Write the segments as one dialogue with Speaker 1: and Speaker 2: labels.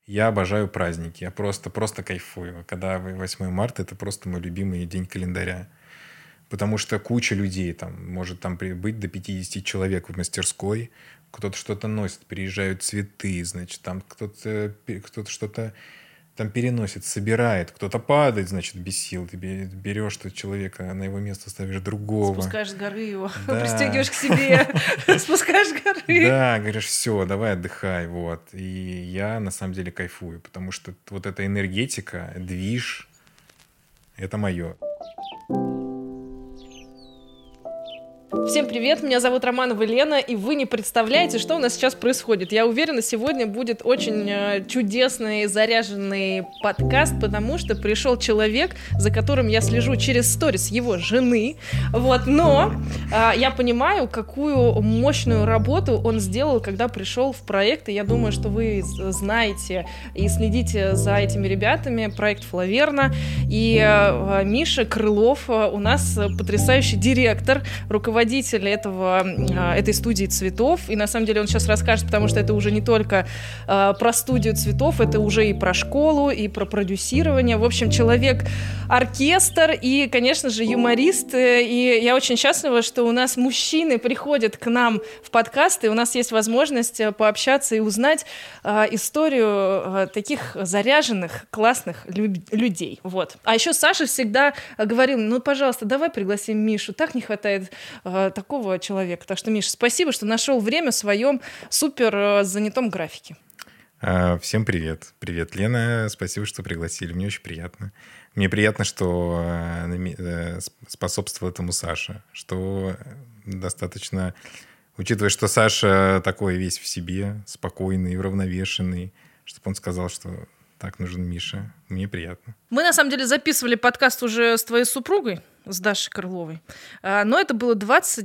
Speaker 1: Я обожаю праздники, я просто кайфую. Когда 8 марта — это просто мой любимый день календаря. Потому что куча людей, там, может там быть до 50 человек в мастерской, кто-то что-то носит, приезжают цветы, значит, там кто-то что-то там переносит, собирает, кто-то падает, значит, без сил. Ты берешь этого человека, на его место ставишь другого.
Speaker 2: Спускаешь с горы его,
Speaker 1: Да,
Speaker 2: пристегиваешь к себе, спускаешь с горы.
Speaker 1: да, говоришь, все, давай отдыхай, вот. И я на самом деле кайфую, потому что вот эта энергетика, движ, это мое.
Speaker 2: Всем привет, меня зовут Романова Лена, и вы не представляете, что у нас сейчас происходит. Я уверена, сегодня будет очень чудесный, заряженный подкаст, потому что пришел человек, за которым я слежу через сторис его жены, вот, но я понимаю, какую мощную работу он сделал, когда пришел в проект, и я думаю, что вы знаете и следите за этими ребятами, проект Флаверна, и Миша Крылов у нас потрясающий директор, руководитель этой студии цветов. И на самом деле он сейчас расскажет, потому что это уже не только про студию цветов, это уже и про школу, и про продюсирование. В общем, человек-оркестр и, конечно же, юморист. И я очень счастлива, что у нас мужчины приходят к нам в подкасты, и у нас есть возможность пообщаться и узнать историю таких заряженных, классных людей. Вот. А еще Саша всегда говорил, ну, пожалуйста, давай пригласим Мишу. Так не хватает такого человека. Так что, Миша, спасибо, что нашел время в своем супер занятом графике.
Speaker 1: Всем привет. Привет, Лена. Спасибо, что пригласили. Мне очень приятно. Мне приятно, что способствовал этому Саша, что достаточно... Учитывая, что Саша такой весь в себе, спокойный, уравновешенный, чтобы он сказал, что так нужен Миша. Мне приятно.
Speaker 2: Мы, на самом деле, записывали подкаст уже с твоей супругой, с Дашей Крыловой. Но это было в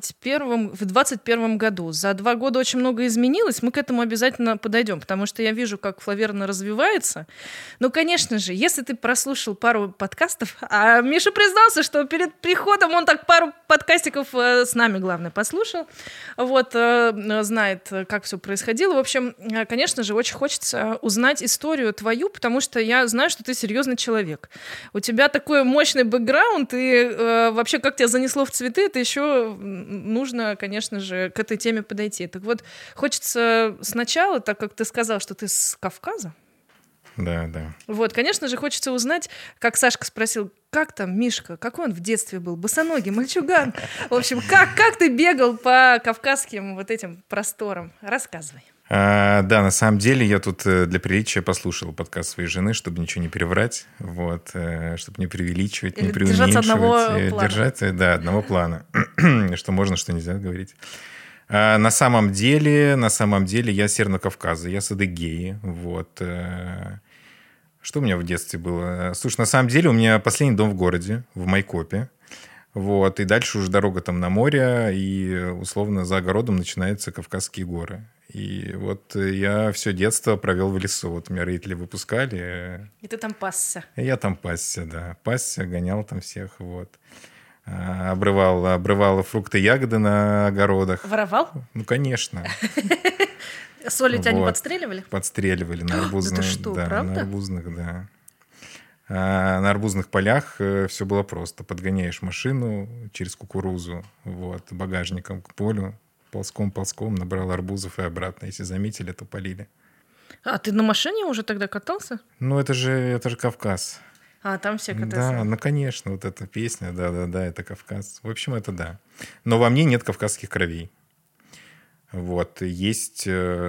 Speaker 2: 2021 году. За 2 года очень много изменилось. Мы к этому обязательно подойдем, потому что я вижу, как Флаверна развивается. Но, конечно же, если ты прослушал пару подкастов, а Миша признался, что перед приходом он так пару подкастиков с нами, главное, послушал, вот, знает, как все происходило. В общем, конечно же, очень хочется узнать историю твою, потому что я знаю, что ты серьезный человек. У тебя такой мощный бэкграунд, и вообще, как тебя занесло в цветы, это еще нужно, конечно же, к этой теме подойти. Так вот, хочется сначала, так как ты сказал, что ты с Кавказа.
Speaker 1: Да.
Speaker 2: Вот, конечно же, хочется узнать, как Сашка спросил, как там Мишка, какой он в детстве был, босоногий, мальчуган. В общем, как ты бегал по кавказским вот этим просторам? Рассказывай.
Speaker 1: Да, на самом деле я тут для приличия послушал подкаст своей жены, чтобы ничего не переврать, вот, чтобы не преувеличивать, не преуменьшивать.
Speaker 2: Держаться одного плана.
Speaker 1: Держаться, да, одного плана. Что можно, что нельзя говорить. На самом деле я с Северного Кавказа, я с Адыгеи, вот. Что у меня в детстве было? Слушай, на самом деле у меня последний дом в городе, в Майкопе. Вот, и дальше уже дорога там на море, и условно за огородом начинаются Кавказские горы. И вот я все детство провел в лесу. Вот меня родители выпускали.
Speaker 2: И ты там пасся.
Speaker 1: Я там пасся, да. Пасся, гонял там всех, вот. Обрывал фрукты, ягоды на огородах.
Speaker 2: Воровал?
Speaker 1: Ну, конечно.
Speaker 2: Соли тебя не подстреливали?
Speaker 1: Подстреливали на арбузных.
Speaker 2: Да ты что, правда?
Speaker 1: На арбузных, да. На арбузных полях все было просто. Подгоняешь машину через кукурузу, вот, багажником к полю, ползком, набрал арбузов и обратно. Если заметили, то полили.
Speaker 2: А ты на машине уже тогда катался?
Speaker 1: Ну, это же Кавказ.
Speaker 2: А, там все катаются.
Speaker 1: Да, ну, конечно, вот эта песня, да, это Кавказ. В общем, это да. Но во мне нет кавказских кровей. Вот, есть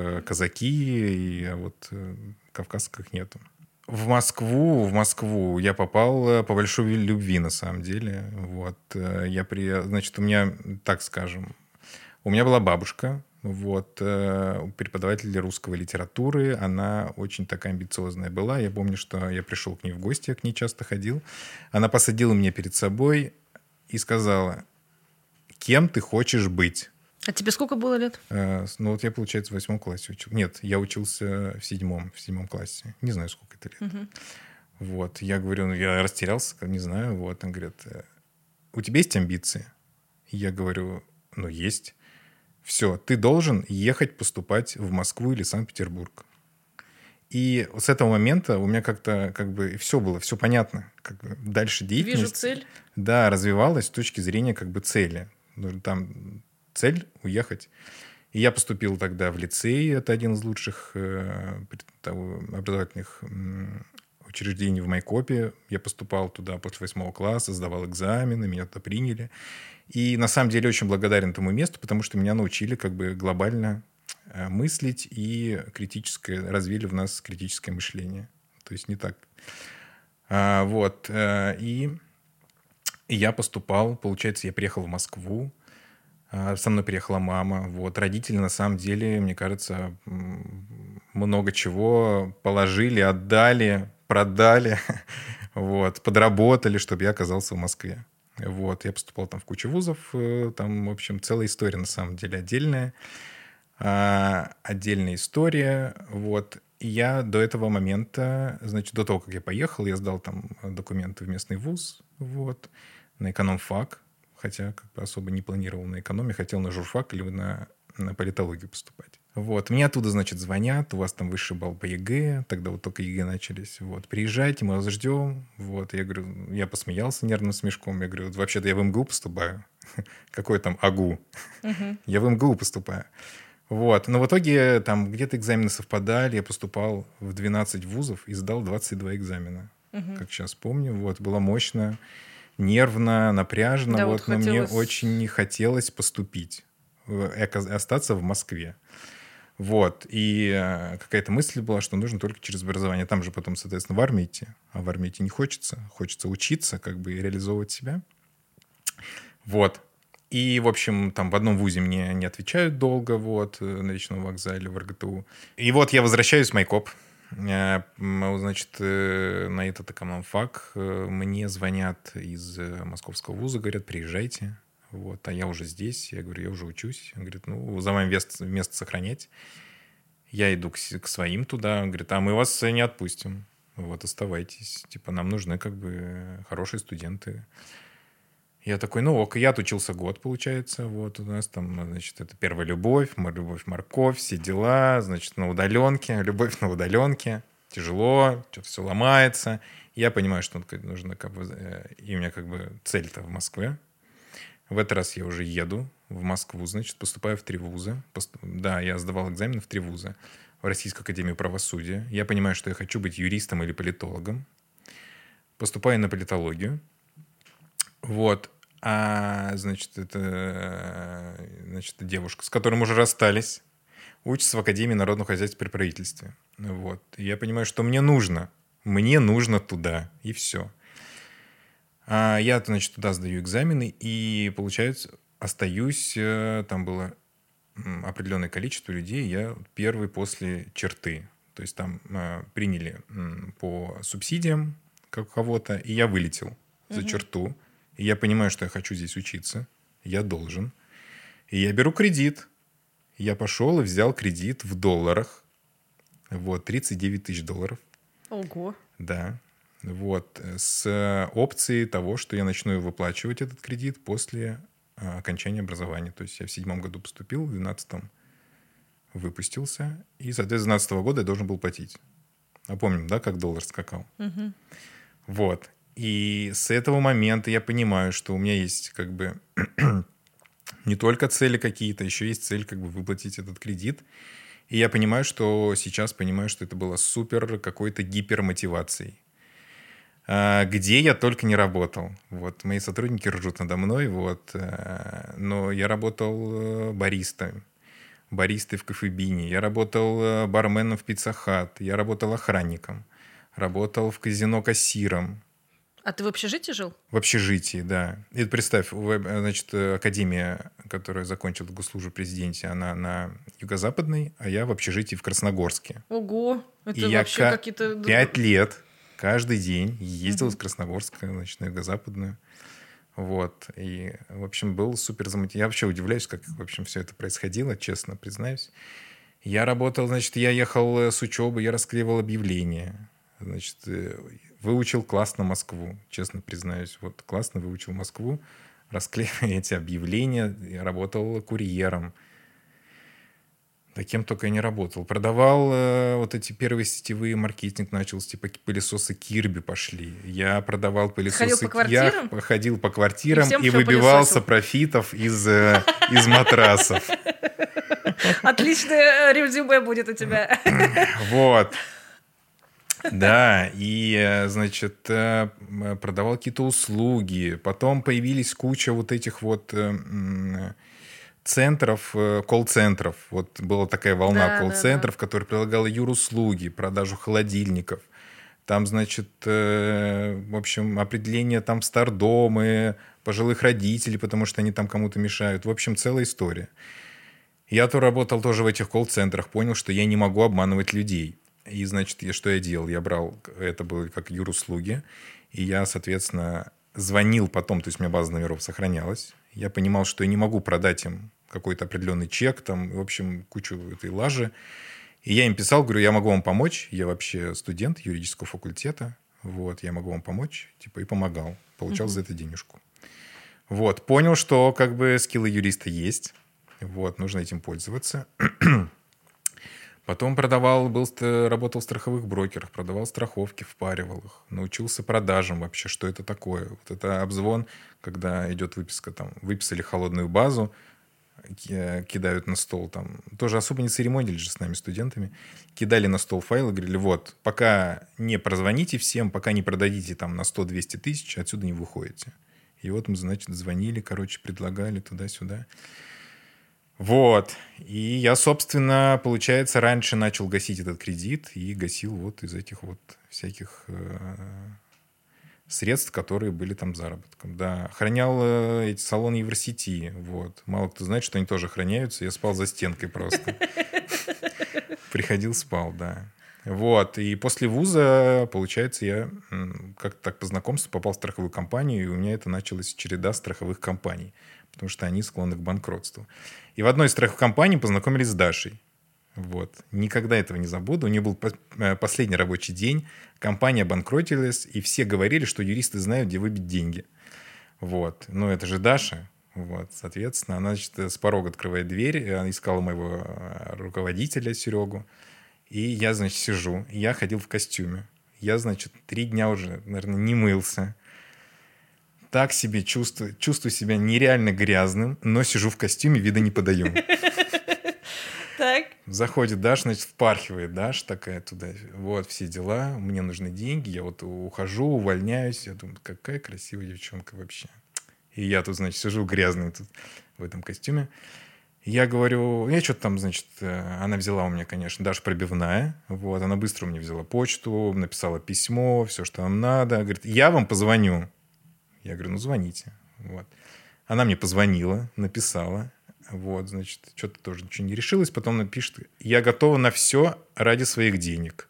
Speaker 1: казаки, а вот кавказских нету. В Москву я попал по большой любви, на самом деле. Вот. Значит, у меня, так скажем, у меня была бабушка, вот, преподаватель русской литературы. Она очень такая амбициозная была. Я помню, что я пришел к ней в гости, я к ней часто ходил. Она посадила меня перед собой и сказала: кем ты хочешь быть?
Speaker 2: А тебе сколько было лет?
Speaker 1: Ну, вот я, получается, в 8 классе учился. Нет, я учился в 7 классе. Не знаю, сколько это лет.
Speaker 2: Угу.
Speaker 1: Вот, я говорю, ну, я растерялся, не знаю. Вот, он говорит, у тебя есть амбиции? Я говорю, ну, есть. Все, ты должен ехать поступать в Москву или Санкт-Петербург. И с этого момента у меня как-то как бы все было, все понятно. Как бы дальше деятельность.
Speaker 2: Вижу цель.
Speaker 1: Да, развивалась с точки зрения как бы цели. Там цель — уехать. И я поступил тогда в лицей. Это один из лучших образовательных учреждений в Майкопе. Я поступал туда после 8 класса, сдавал экзамены, меня туда приняли. И на самом деле очень благодарен этому месту, потому что меня научили как бы глобально мыслить и развили в нас критическое мышление. То есть не так. И я поступал, получается, я приехал в Москву, со мной приехала мама. Родители, на самом деле, мне кажется, много чего положили, отдали, продали, подработали, чтобы я оказался в Москве. Я поступал там в кучу вузов. Там, в общем, целая история, на самом деле, отдельная. Отдельная история. И я до этого момента, значит, до того, как я поехал, я сдал там документы в местный вуз, на экономфак. Хотя как бы особо не планировал на экономе, хотел на журфак или на политологию поступать. Мне оттуда, значит, звонят, у вас там высший балл по ЕГЭ, тогда только ЕГЭ начались. Приезжайте, мы вас ждем. Я говорю, я посмеялся нервным смешком. Я говорю, вообще-то я в МГУ поступаю. Какой там АГУ? Я в МГУ поступаю. Но в итоге там где-то экзамены совпадали. Я поступал в 12 вузов и сдал 22 экзамена. Как сейчас помню. Было мощно, нервно, напряжно.
Speaker 2: Да,
Speaker 1: но мне очень не хотелось поступить, остаться в Москве. И какая-то мысль была, что нужно только через образование. Там же потом, соответственно, в армию идти. А в армию идти не хочется. Хочется учиться, как бы, и реализовывать себя. И, в общем, там в одном вузе мне не отвечают долго, на речном вокзале в РГТУ. И я возвращаюсь в Майкоп. Значит, на этот экономфак мне звонят из московского вуза, говорят, приезжайте. А я уже здесь. Я говорю, я уже учусь. Он говорит, за вами место сохранять. Я иду к своим туда. Он говорит, а мы вас не отпустим. Оставайтесь. Типа, нам нужны как бы хорошие студенты. Я такой, ок, я отучился год, получается. У нас там, значит, это первая любовь, морковь, все дела, значит, на удаленке, любовь на удаленке. Тяжело, что-то все ломается. Я понимаю, что нужно как бы... И у меня как бы цель-то в Москве. В этот раз я уже еду в Москву, значит, поступаю в 3 вуза. Да, я сдавал экзамены в 3 вуза. В Российскую академию правосудия. Я понимаю, что я хочу быть юристом или политологом. Поступаю на политологию. Значит, это девушка, с которой мы уже расстались, учится в Академии народного хозяйства при правительстве. И я понимаю, что мне нужно туда, и все. Я, значит, туда сдаю экзамены, и, получается, остаюсь, там было определенное количество людей, я первый после черты. То есть там приняли по субсидиям кого-то, и я вылетел за черту. И я понимаю, что я хочу здесь учиться. Я должен. И я беру кредит. Я пошел и взял кредит в долларах. 39 тысяч долларов.
Speaker 2: Ого.
Speaker 1: Да. С опцией того, что я начну выплачивать этот кредит после окончания образования. То есть я в 7 году поступил, в 12-м выпустился. И, соответственно, с 12-го года я должен был платить. А помним, да, как доллар скакал? И с этого момента я понимаю, что у меня есть как бы не только цели какие-то, еще есть цель как бы выплатить этот кредит. И я понимаю, что сейчас понимаю, что это было супер какой-то гипермотивацией. Где я только не работал. Мои сотрудники ржут надо мной. Но я работал баристой в кофебине. Я работал барменом в Pizza Hut. Я работал охранником. Работал в казино кассиром.
Speaker 2: А ты в общежитии жил?
Speaker 1: В общежитии, да. И представь, значит, академия, которую закончил в госслужбе президенте, она на юго-западной, а я в общежитии в Красногорске.
Speaker 2: Ого, это
Speaker 1: и
Speaker 2: вообще
Speaker 1: я
Speaker 2: какие-то...
Speaker 1: 5 лет каждый день ездил из Красногорска, значит, на юго-западную. И, в общем, был супер замотивирован. Я вообще удивляюсь, как, в общем, все это происходило, честно признаюсь. Я работал, значит, я ехал с учебы, я расклеивал объявления. Значит, выучил классно Москву, честно признаюсь. Классно выучил Москву, расклеивая эти объявления. Я работал курьером. Да кем только я не работал. Продавал вот эти первые сетевые, маркетинг начался, типа пылесосы Кирби пошли. Я продавал
Speaker 2: Ходил
Speaker 1: пылесосы...
Speaker 2: по квартирам?
Speaker 1: Я ходил по квартирам
Speaker 2: всем
Speaker 1: и
Speaker 2: всё
Speaker 1: выбивался
Speaker 2: пылесосил?
Speaker 1: профитов из матрасов.
Speaker 2: Отличное резюме будет у тебя.
Speaker 1: Вот. Да, и, значит, продавал какие-то услуги. Потом появились куча вот этих вот центров, колл-центров. Вот была такая волна
Speaker 2: Да, да, да.
Speaker 1: колл-центров, которая предлагала юруслуги, продажу холодильников. Там, значит, в общем, определение там в стардомы, пожилых родителей, потому что они там кому-то мешают. В общем, целая история. Я то работал тоже в этих колл-центрах, понял, что я не могу обманывать людей. И, значит, что я делал? Я брал, это было как юруслуги, и я, соответственно, звонил потом, то есть у меня база номеров сохранялась. Я понимал, что я не могу продать им какой-то определенный чек, там, в общем, кучу этой лажи. И я им писал, говорю, я могу вам помочь, я вообще студент юридического факультета, вот, я могу вам помочь, типа, и помогал. Получал за это денежку. Вот, понял, что как бы скиллы юриста есть, вот, нужно этим пользоваться. Потом работал в страховых брокерах, продавал страховки, впаривал их, научился продажам вообще, что это такое. Вот это обзвон, когда идет выписка, там, выписали холодную базу, кидают на стол, там, тоже особо не церемонились же с нами, студентами, кидали на стол файлы, говорили, вот, пока не прозвоните всем, пока не продадите там на 100-200 тысяч, отсюда не выходите. И вот мы, значит, звонили, короче, предлагали туда-сюда. Вот. И я, собственно, получается, раньше начал гасить этот кредит и гасил вот из этих вот всяких средств, которые были там заработком. Да. Охранял эти салоны Евросети. Вот. Мало кто знает, что они тоже охраняются. Я спал за стенкой просто. Приходил, спал, да. Вот. И после вуза, получается, я как-то так по знакомству попал в страховую компанию, и у меня это началась череда страховых компаний, потому что они склонны к банкротству. И в одной из страховых компаний познакомились с Дашей. Вот. Никогда этого не забуду. У нее был последний рабочий день, компания обанкротилась, и все говорили, что юристы знают, где выбить деньги. Вот. Но это же Даша. Вот. Соответственно, она, значит, с порога открывает дверь, она искала моего руководителя Серегу. И я, значит, сижу. Я ходил в костюме. Я, значит, 3 дня уже, наверное, не мылся. Так себе чувствую себя нереально грязным, но сижу в костюме, вида не подаю.
Speaker 2: Так.
Speaker 1: Заходит Даша, значит, впархивает Даша такая туда. Вот, все дела, мне нужны деньги. Я вот ухожу, увольняюсь. Я думаю, какая красивая девчонка вообще. И я тут, значит, сижу грязный тут в этом костюме. Я говорю, я что-то там, значит, она взяла у меня, конечно, Даша пробивная. Вот, она быстро у меня взяла почту, написала письмо, все, что нам надо. Говорит, я вам позвоню. Я говорю, ну, звоните. Вот. Она мне позвонила, написала. Вот, значит, что-то тоже ничего не решилось. Потом она пишет, я готова на все ради своих денег.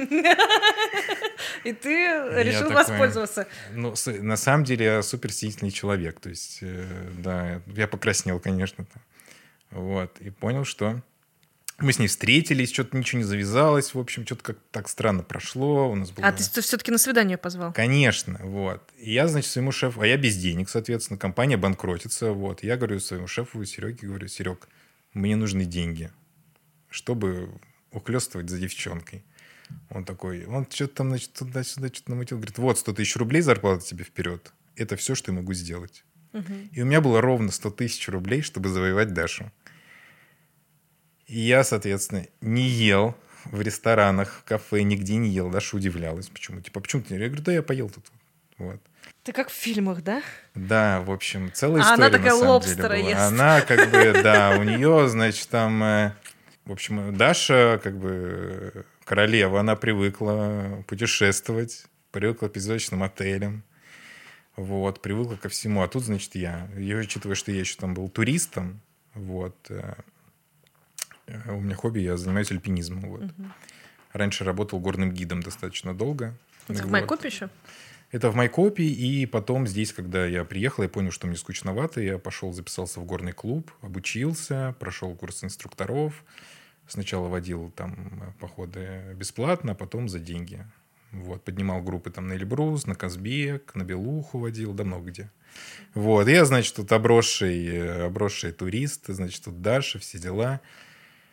Speaker 2: И ты решил воспользоваться.
Speaker 1: Ну, на самом деле, я суперстеснительный человек. То есть, да, я покраснел, конечно. Вот, и понял, что мы с ней встретились, что-то ничего не завязалось, в общем, что-то как-то так странно прошло. У нас было...
Speaker 2: А ты все-таки на свидание позвал?
Speaker 1: Конечно, вот. И я, значит, своему шефу, а я без денег, соответственно, компания банкротится, вот. Я говорю своему шефу Сереге, говорю, Серег, мне нужны деньги, чтобы ухлёстывать за девчонкой. Он такой, он что-то там, значит, туда-сюда что-то намутил, говорит, вот 100 тысяч рублей зарплата тебе вперед, это все, что я могу сделать. И у меня было ровно 100 тысяч рублей, чтобы завоевать Дашу. И я, соответственно, не ел в ресторанах, в кафе, нигде не ел. Даша удивлялась. Почему? Типа, почему ты не ел? Я говорю, да я поел тут. Вот.
Speaker 2: Ты как в фильмах, да?
Speaker 1: Да, в общем, целая история,
Speaker 2: она такая
Speaker 1: на самом
Speaker 2: лобстера
Speaker 1: деле, была.
Speaker 2: ест.
Speaker 1: Она как бы, да, у нее, значит, там... В общем, Даша, как бы, королева, она привыкла путешествовать, привыкла к песочным отелям. Вот, привыкла ко всему. А тут, значит, я, учитывая, что я еще там был туристом, вот... У меня хобби, я занимаюсь альпинизмом. Вот. Раньше работал горным гидом достаточно долго.
Speaker 2: Это в Майкопе еще?
Speaker 1: Это в Майкопе. И потом здесь, когда я приехал, я понял, что мне скучновато. Я пошел, записался в горный клуб, обучился, прошел курс инструкторов. Сначала водил там походы бесплатно, а потом за деньги. Вот. Поднимал группы там на Эльбрус, на Казбек, на Белуху водил, да много где. Вот. И я, значит, тут обросший турист, значит, тут Даша, все дела.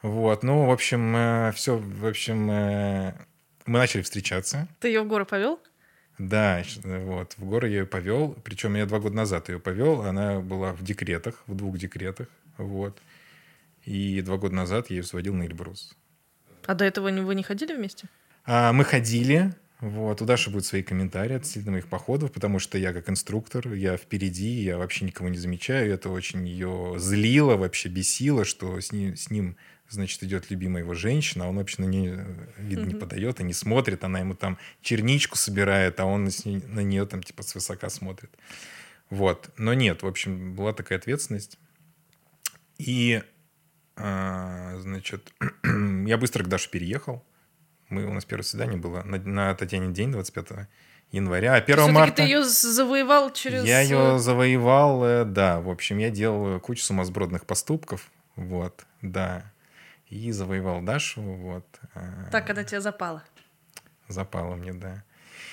Speaker 1: Вот, ну, в общем, все, в общем, мы начали встречаться.
Speaker 2: Ты ее в горы повел?
Speaker 1: Да, вот, в горы я ее повел. Причем я 2 года назад ее повел. Она была в декретах, в 2 декретах. Вот. И 2 года назад я ее сводил на Эльбрус.
Speaker 2: А до этого вы не ходили вместе?
Speaker 1: Мы ходили. Вот. У Даши будут свои комментарии относительно моих походов, потому что я как инструктор, я впереди, я вообще никого не замечаю. Это очень ее злило, вообще бесило, что с ним значит, идет любимая его женщина, а он вообще на нее вид не подает и не смотрит. Она ему там черничку собирает, а он на нее там типа свысока смотрит. Вот. Но нет, в общем, была такая ответственность. И, значит, я быстро к Даше переехал. У нас первое свидание было на Татьянин день, 25 января. А 1 марта...
Speaker 2: ты ее завоевал через...
Speaker 1: Я ее завоевал, да. В общем, я делал кучу сумасбродных поступков. Вот, да. И завоевал Дашу. Вот.
Speaker 2: Так, когда тебе запало.
Speaker 1: Запало мне, да.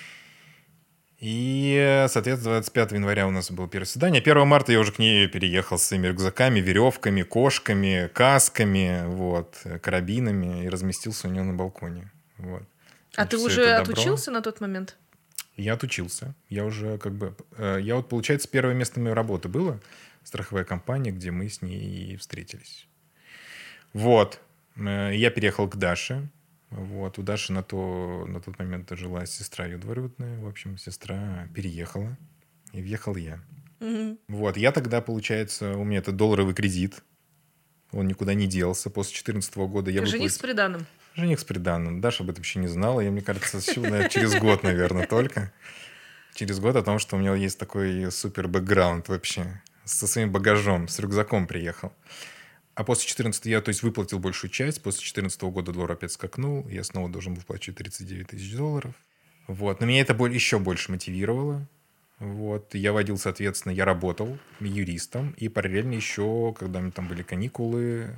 Speaker 1: И, соответственно, 25 января у нас было первое свидание. 1 марта я уже к ней переехал с своими рюкзаками, веревками, кошками, касками, вот, карабинами и разместился у нее на балконе. Вот.
Speaker 2: А ты уже отучился на тот момент?
Speaker 1: Я отучился. Я уже как бы... Я вот, получается, первое место моей работы было страховая компания, где мы с ней встретились. Вот. Я переехал к Даше. Вот. У Даши на тот момент жила сестра ее двоюродная. В общем, сестра переехала. И въехал я.
Speaker 2: Угу.
Speaker 1: Вот. Я тогда, получается, у меня это долларовый кредит. Он никуда не делся. После 2014 года я
Speaker 2: Жених с приданым.
Speaker 1: Жених с приданым. Даша об этом еще не знала. Я, мне кажется, через год, наверное, только. Через год о том, что у меня есть такой супер бэкграунд вообще. Со своим багажом, с рюкзаком приехал. А после 2014 я, то есть, выплатил большую часть. После 2014 года доллар опять скакнул. Я снова должен был платить 39 тысяч долларов. Вот. Но меня это еще больше мотивировало. Вот. Я водил, соответственно, я работал юристом. И параллельно еще, когда у меня там были каникулы,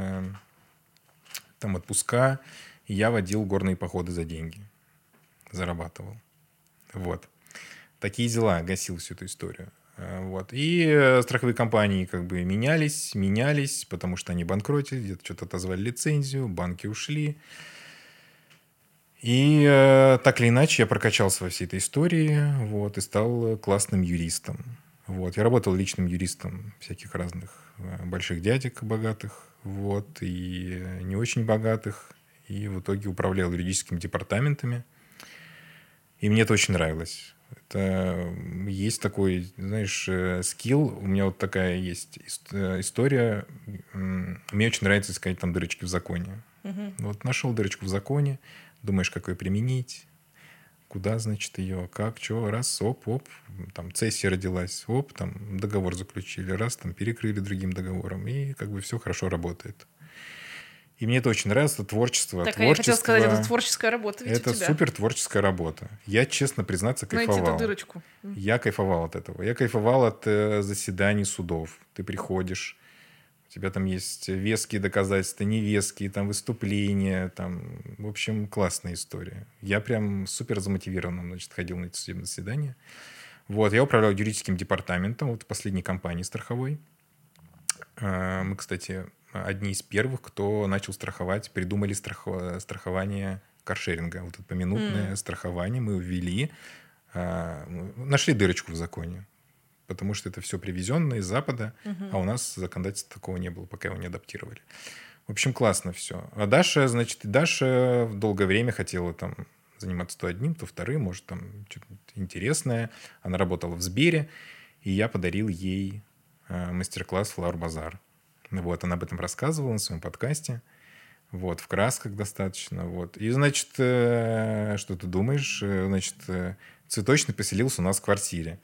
Speaker 1: там отпуска, я водил горные походы за деньги. Зарабатывал. Вот. Такие дела, гасил всю эту историю. Вот. И страховые компании как бы менялись, потому что они банкротили, где-то что-то отозвали лицензию, банки ушли. И так или иначе я прокачался во всей этой истории, вот, и стал классным юристом. Вот. Я работал личным юристом всяких разных больших дядек богатых, вот, и не очень богатых. И в итоге управлял юридическими департаментами. И мне это очень нравилось. Это есть такой, знаешь, скилл. У меня вот такая есть история. Мне очень нравится искать там дырочки в законе.
Speaker 2: Угу.
Speaker 1: Вот нашел дырочку в законе, думаешь, как ее применить, куда, значит, ее, как, что, раз, оп, там цессия родилась, оп, там договор заключили, раз, там перекрыли другим договором, и как бы все хорошо работает. И мне это очень нравится, это творчество.
Speaker 2: Так, я хотела сказать, это творческая работа ведь
Speaker 1: это
Speaker 2: у тебя.
Speaker 1: Супер творческая работа. Я, честно признаться, кайфовал.
Speaker 2: Найти эту дырочку.
Speaker 1: Я кайфовал от этого. Я кайфовал от заседаний судов. Ты приходишь, у тебя там есть веские доказательства, невеские, там выступления, там, в общем, классная история. Я прям супер замотивированно, значит, ходил на эти судебные заседания. Вот, я управлял юридическим департаментом вот последней компании страховой. Мы, кстати, одни из первых, кто начал страховать, придумали страхование каршеринга. Вот это поминутное страхование мы ввели, нашли дырочку в законе, потому что это все привезенное из Запада, а у нас законодательства такого не было, пока его не адаптировали. В общем, классно все. А Даша, значит, Даша долгое время хотела там заниматься то одним, то вторым, может, там что-то интересное. Она работала в Сбере, и я подарил ей мастер-класс «Flower Bazaar». Вот, она об этом рассказывала на своем подкасте. Вот, в красках достаточно. Вот. И, значит, что ты думаешь? Значит, цветочный поселился у нас в квартире.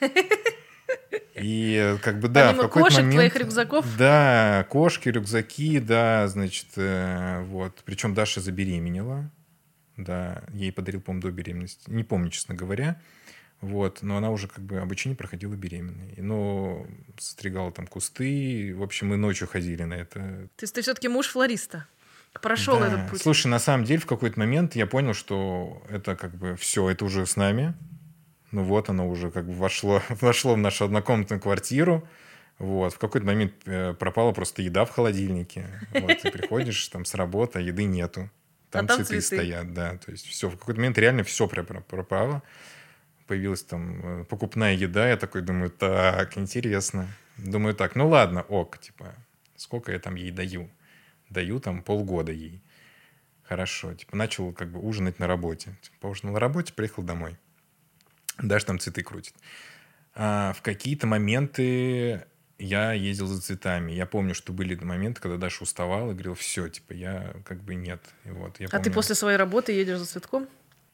Speaker 1: И как бы, да,
Speaker 2: помимо
Speaker 1: в какой-то
Speaker 2: кошек,
Speaker 1: момент...
Speaker 2: твоих рюкзаков?
Speaker 1: Да, кошки, рюкзаки, да, значит, вот. Причем Даша забеременела. Да, ей подарил, по-моему, до беременности. Не помню, честно говоря. Вот, но она уже как бы обучение проходила беременной. Но состригала там кусты. В общем, мы ночью ходили на это.
Speaker 2: То есть ты все-таки муж флориста. Прошел
Speaker 1: Да.
Speaker 2: этот путь.
Speaker 1: Слушай, на самом деле, в какой-то момент я понял, что это как бы все, это уже с нами. Ну вот оно уже как бы вошло в нашу однокомнатную квартиру. Вот. В какой-то момент пропала просто еда в холодильнике. Вот. Ты приходишь там с работы, а еды нету. Там
Speaker 2: там
Speaker 1: цветы
Speaker 2: цветы.
Speaker 1: стоят, да. То есть все. В какой-то момент реально все пропало. Появилась там покупная еда. Я такой думаю, так, интересно. Думаю, так, ну ладно, ок, типа, сколько я там ей даю? Даю там полгода ей. Хорошо. Типа, начал как бы ужинать на работе. Типа, поужинал на работе, приехал домой. Даша там цветы крутит. В какие-то моменты я ездил за цветами. Я помню, что были моменты, когда Даша уставала и говорила, все, типа, я как бы нет. И вот, я
Speaker 2: А ты
Speaker 1: помню,
Speaker 2: после своей работы едешь за цветком?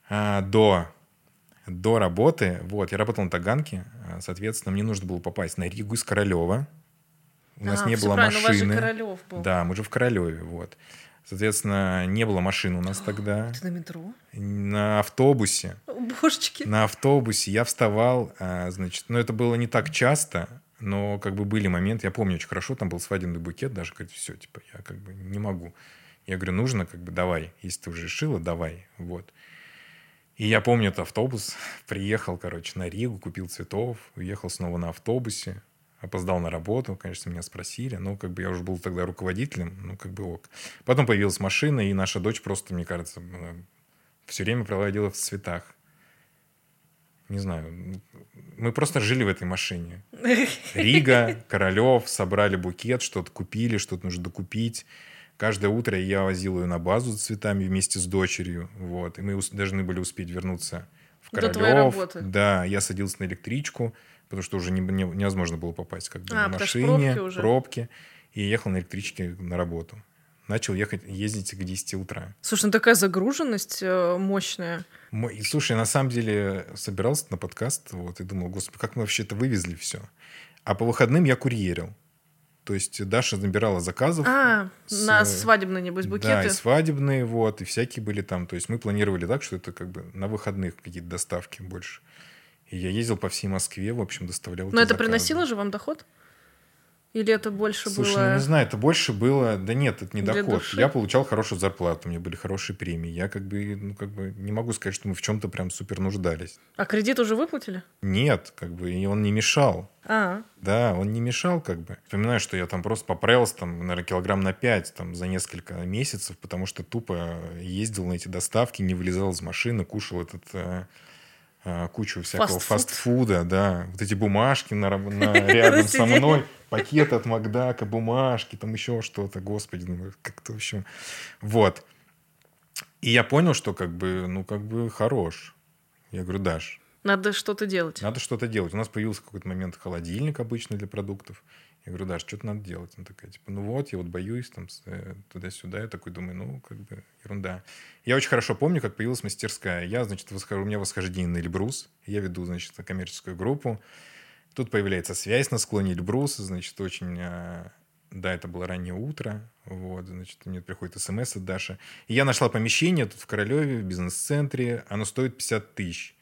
Speaker 1: до работы, вот, я работал на Таганке, соответственно, мне нужно было попасть на Ригу из Королева. У нас не
Speaker 2: все
Speaker 1: было
Speaker 2: правильно, у вас же
Speaker 1: машины.
Speaker 2: Королёв был.
Speaker 1: Да, мы же в Королеве, вот. Соответственно, не было машин у нас тогда.
Speaker 2: Ты на метро?
Speaker 1: На автобусе.
Speaker 2: О, божечки.
Speaker 1: На автобусе я вставал, значит, ну, это было не так часто, но как бы были моменты, я помню очень хорошо, там был свадебный букет, даже говорит, все, типа, я как бы не могу. Я говорю, нужно, как бы, давай, если ты уже решила, давай, вот. И я помню этот автобус, приехал, короче, на Ригу, купил цветов, уехал снова на автобусе, опоздал на работу, конечно, меня спросили, но как бы я уже был тогда руководителем, ну, как бы ок. Потом появилась машина, и наша дочь просто, мне кажется, все время проводила в цветах. Не знаю, мы просто жили в этой машине. Рига, Королев, собрали букет, что-то купили, что-то нужно докупить. Каждое утро я возил ее на базу за цветами вместе с дочерью. Вот. И мы должны были успеть вернуться в
Speaker 2: До твоей
Speaker 1: Королев.
Speaker 2: работы.
Speaker 1: Да, я садился на электричку, потому что уже невозможно было попасть как бы на
Speaker 2: потому что
Speaker 1: машине,
Speaker 2: пробки уже.
Speaker 1: пробки. И ехал на электричке на работу. Начал ездить к 10 утра.
Speaker 2: Слушай, ну такая загруженность мощная.
Speaker 1: Слушай, на самом деле собирался на подкаст, вот, и думал, господи, как мы вообще это вывезли все. А по выходным я курьерил. То есть Даша набирала заказов.
Speaker 2: На свадебные, небось, букеты.
Speaker 1: Да, и свадебные, вот, и всякие были там. То есть мы планировали так, что это как бы на выходных какие-то доставки больше. И я ездил по всей Москве, в общем, доставлял эти
Speaker 2: Но это
Speaker 1: заказы.
Speaker 2: приносило же вам доход? Или это больше
Speaker 1: Слушай,
Speaker 2: было...
Speaker 1: ну не знаю, это больше было... Да нет, это не
Speaker 2: для
Speaker 1: доход.
Speaker 2: души?
Speaker 1: Я получал хорошую зарплату, у меня были хорошие премии. Я как бы, ну, как бы не могу сказать, что мы в чем-то прям супер нуждались.
Speaker 2: А кредит уже выплатили?
Speaker 1: Нет, как бы, и он не мешал.
Speaker 2: А,
Speaker 1: Да, он не мешал, как бы. Вспоминаю, что я там просто поправился, там, наверное, килограмм на 5 там, за несколько месяцев, потому что тупо ездил на эти доставки, не вылезал из машины, кушал кучу всякого фастфуда, да. Вот эти бумажки рядом со мной, пакеты от Макдака, бумажки, там еще что-то, господи, ну, как-то в общем. Вот. И я понял, что как бы, ну, как бы хорош. Я говорю, Даш,
Speaker 2: надо что-то делать.
Speaker 1: надо что-то делать. У нас появился в какой-то момент холодильник обычный для продуктов. Я говорю, Даш, что-то надо делать. Она такая, типа, ну вот, я вот боюсь, там, туда-сюда. Я такой думаю, ну, как бы, ерунда. Я очень хорошо помню, как появилась мастерская. Я, значит, у меня восхождение на Эльбрус. Я веду, значит, коммерческую группу. Тут появляется связь на склоне Эльбруса. Значит, очень... Да, это было раннее утро. Вот, значит, мне приходит смс от Даши. И я нашла помещение тут в Королеве, в бизнес-центре. Оно стоит 50 тысяч.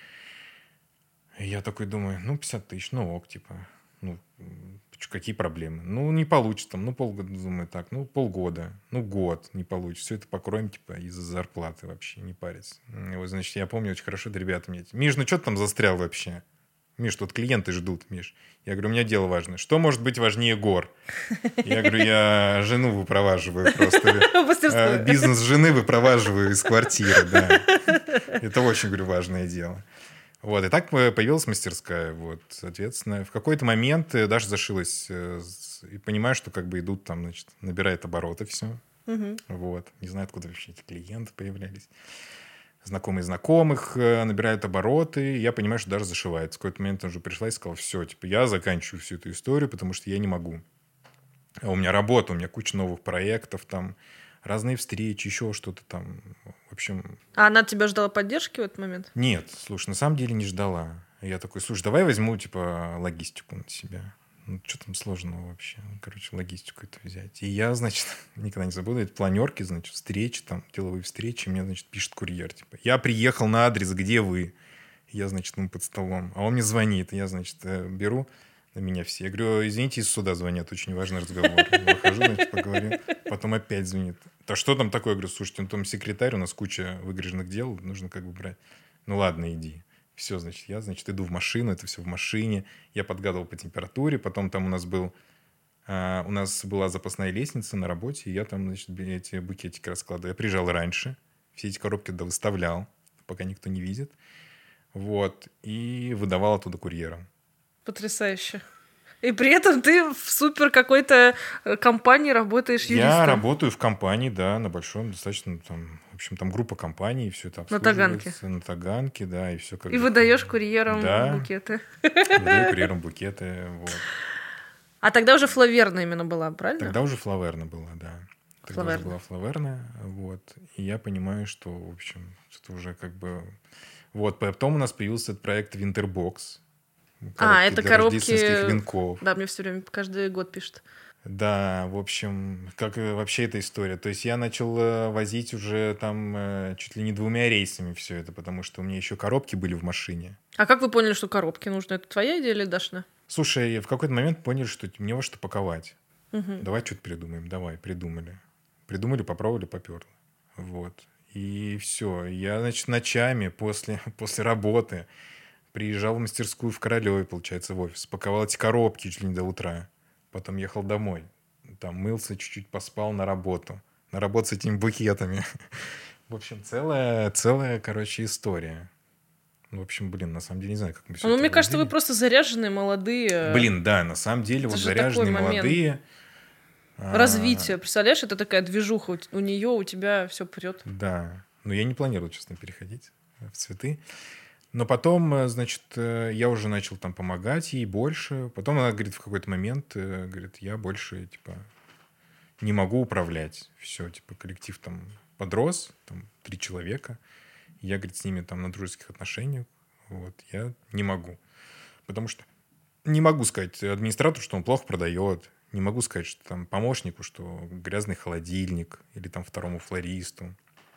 Speaker 1: И я такой думаю, ну, 50 тысяч, ну, ок, типа, ну, какие проблемы? Ну, не получится, там, ну, полгода, думаю, так, ну, полгода, ну, год не получится. Все это покроем, типа, из-за зарплаты вообще, не париться. Вот, значит, я помню очень хорошо, да, ребята мне, Миш, ну, что ты там застрял вообще? Миш, тут клиенты ждут, Миш. Я говорю, у меня дело важное. Что может быть важнее гор? Я говорю, я жену выпроваживаю просто. Бизнес жены выпроваживаю из квартиры, да. Это очень, говорю, важное дело. Вот, и так появилась мастерская. Вот, соответственно, в какой-то момент Даша зашилась и понимаю, что как бы идут там, значит, набирает обороты все. Вот, не знаю, откуда вообще эти клиенты появлялись. Знакомые знакомых набирают обороты. Я понимаю, что Даша зашивается. В какой-то момент она уже пришла и сказала, все, типа, я заканчиваю всю эту историю, потому что я не могу. А у меня работа, у меня куча новых проектов, там, разные встречи, еще что-то там. В общем...
Speaker 2: А она от тебя ждала поддержки в этот момент?
Speaker 1: Нет, слушай, на самом деле не ждала. Я такой, слушай, давай возьму, типа, логистику на себя. Ну, что там сложного вообще? Короче, логистику это взять. И я, значит, никогда не забуду, это планерки, значит, встречи, там, деловые встречи. Мне, значит, пишет курьер, типа, я приехал на адрес, где вы? Я, значит, ему под столом. А он мне звонит, и я, значит, беру на меня все. Я говорю, извините, из суда звонят, очень важный разговор. Я выхожу, значит, поговорил. Потом опять звонит. Да что там такое? Я говорю, слушайте, ну там секретарь, у нас куча выгруженных дел, нужно как бы брать. Ну ладно, иди. Все, значит, я, значит, иду в машину, это все в машине. Я подгадывал по температуре. Потом там у нас была запасная лестница на работе, и я там, значит, эти букетики раскладывал. Я приезжал раньше, все эти коробки выставлял, пока никто не видит. Вот. И выдавал оттуда курьерам.
Speaker 2: Потрясающе. И при этом ты в супер какой-то компании работаешь юристом.
Speaker 1: Я работаю в компании, да, на большом, достаточно, там, в общем, там группа компаний, и все это обслуживается. На Таганке, да, и все как
Speaker 2: и
Speaker 1: бы...
Speaker 2: выдаешь курьерам
Speaker 1: да,
Speaker 2: букеты.
Speaker 1: выдаю курьерам букеты, вот.
Speaker 2: А тогда уже Флаверна именно была, правильно?
Speaker 1: Тогда уже Флаверна была, да. Тогда
Speaker 2: Флаверна.
Speaker 1: уже была Флаверна, вот. И я понимаю, что, в общем, это уже как бы... Вот, потом у нас появился этот проект Winterbox.
Speaker 2: Это
Speaker 1: для
Speaker 2: коробки...
Speaker 1: рождественских венков.
Speaker 2: Да, мне все время каждый год пишут.
Speaker 1: Да, в общем, как вообще эта история. То есть я начал возить уже там чуть ли не 2 рейсами все это, потому что у меня еще коробки были в машине.
Speaker 2: А как вы поняли, что коробки нужны? Это твоя идея или Дашина?
Speaker 1: Слушай, в какой-то момент поняли, что мне во что паковать.
Speaker 2: Угу.
Speaker 1: Давай что-то придумаем. Давай, придумали. Придумали, попробовали, поперло. Вот. И все. Я, значит, ночами после работы приезжал в мастерскую в Королеве, получается, в офис. Паковал эти коробки чуть ли не до утра. Потом ехал домой. Там мылся, чуть-чуть поспал на работу. На работу с этими букетами. В общем, целая, короче, история. В общем, блин, на самом деле не знаю, как мы все это
Speaker 2: мне кажется, вы просто заряженные, молодые.
Speaker 1: Блин, да, на самом деле,
Speaker 2: это
Speaker 1: вот заряженные, молодые.
Speaker 2: Развитие. Представляешь, это такая движуха. У нее, у тебя все прет.
Speaker 1: Да. Но я не планировал, честно, переходить в цветы. Но потом, значит, я уже начал там помогать ей больше. Потом она говорит в какой-то момент, говорит, я больше, типа, не могу управлять. Все, типа, коллектив там подрос, там 3 человека. Я, говорит, с ними там на дружеских отношениях. Вот, я не могу. Потому что не могу сказать администратору, что он плохо продает. Не могу сказать, что там помощнику, что грязный холодильник. Или там второму флористу.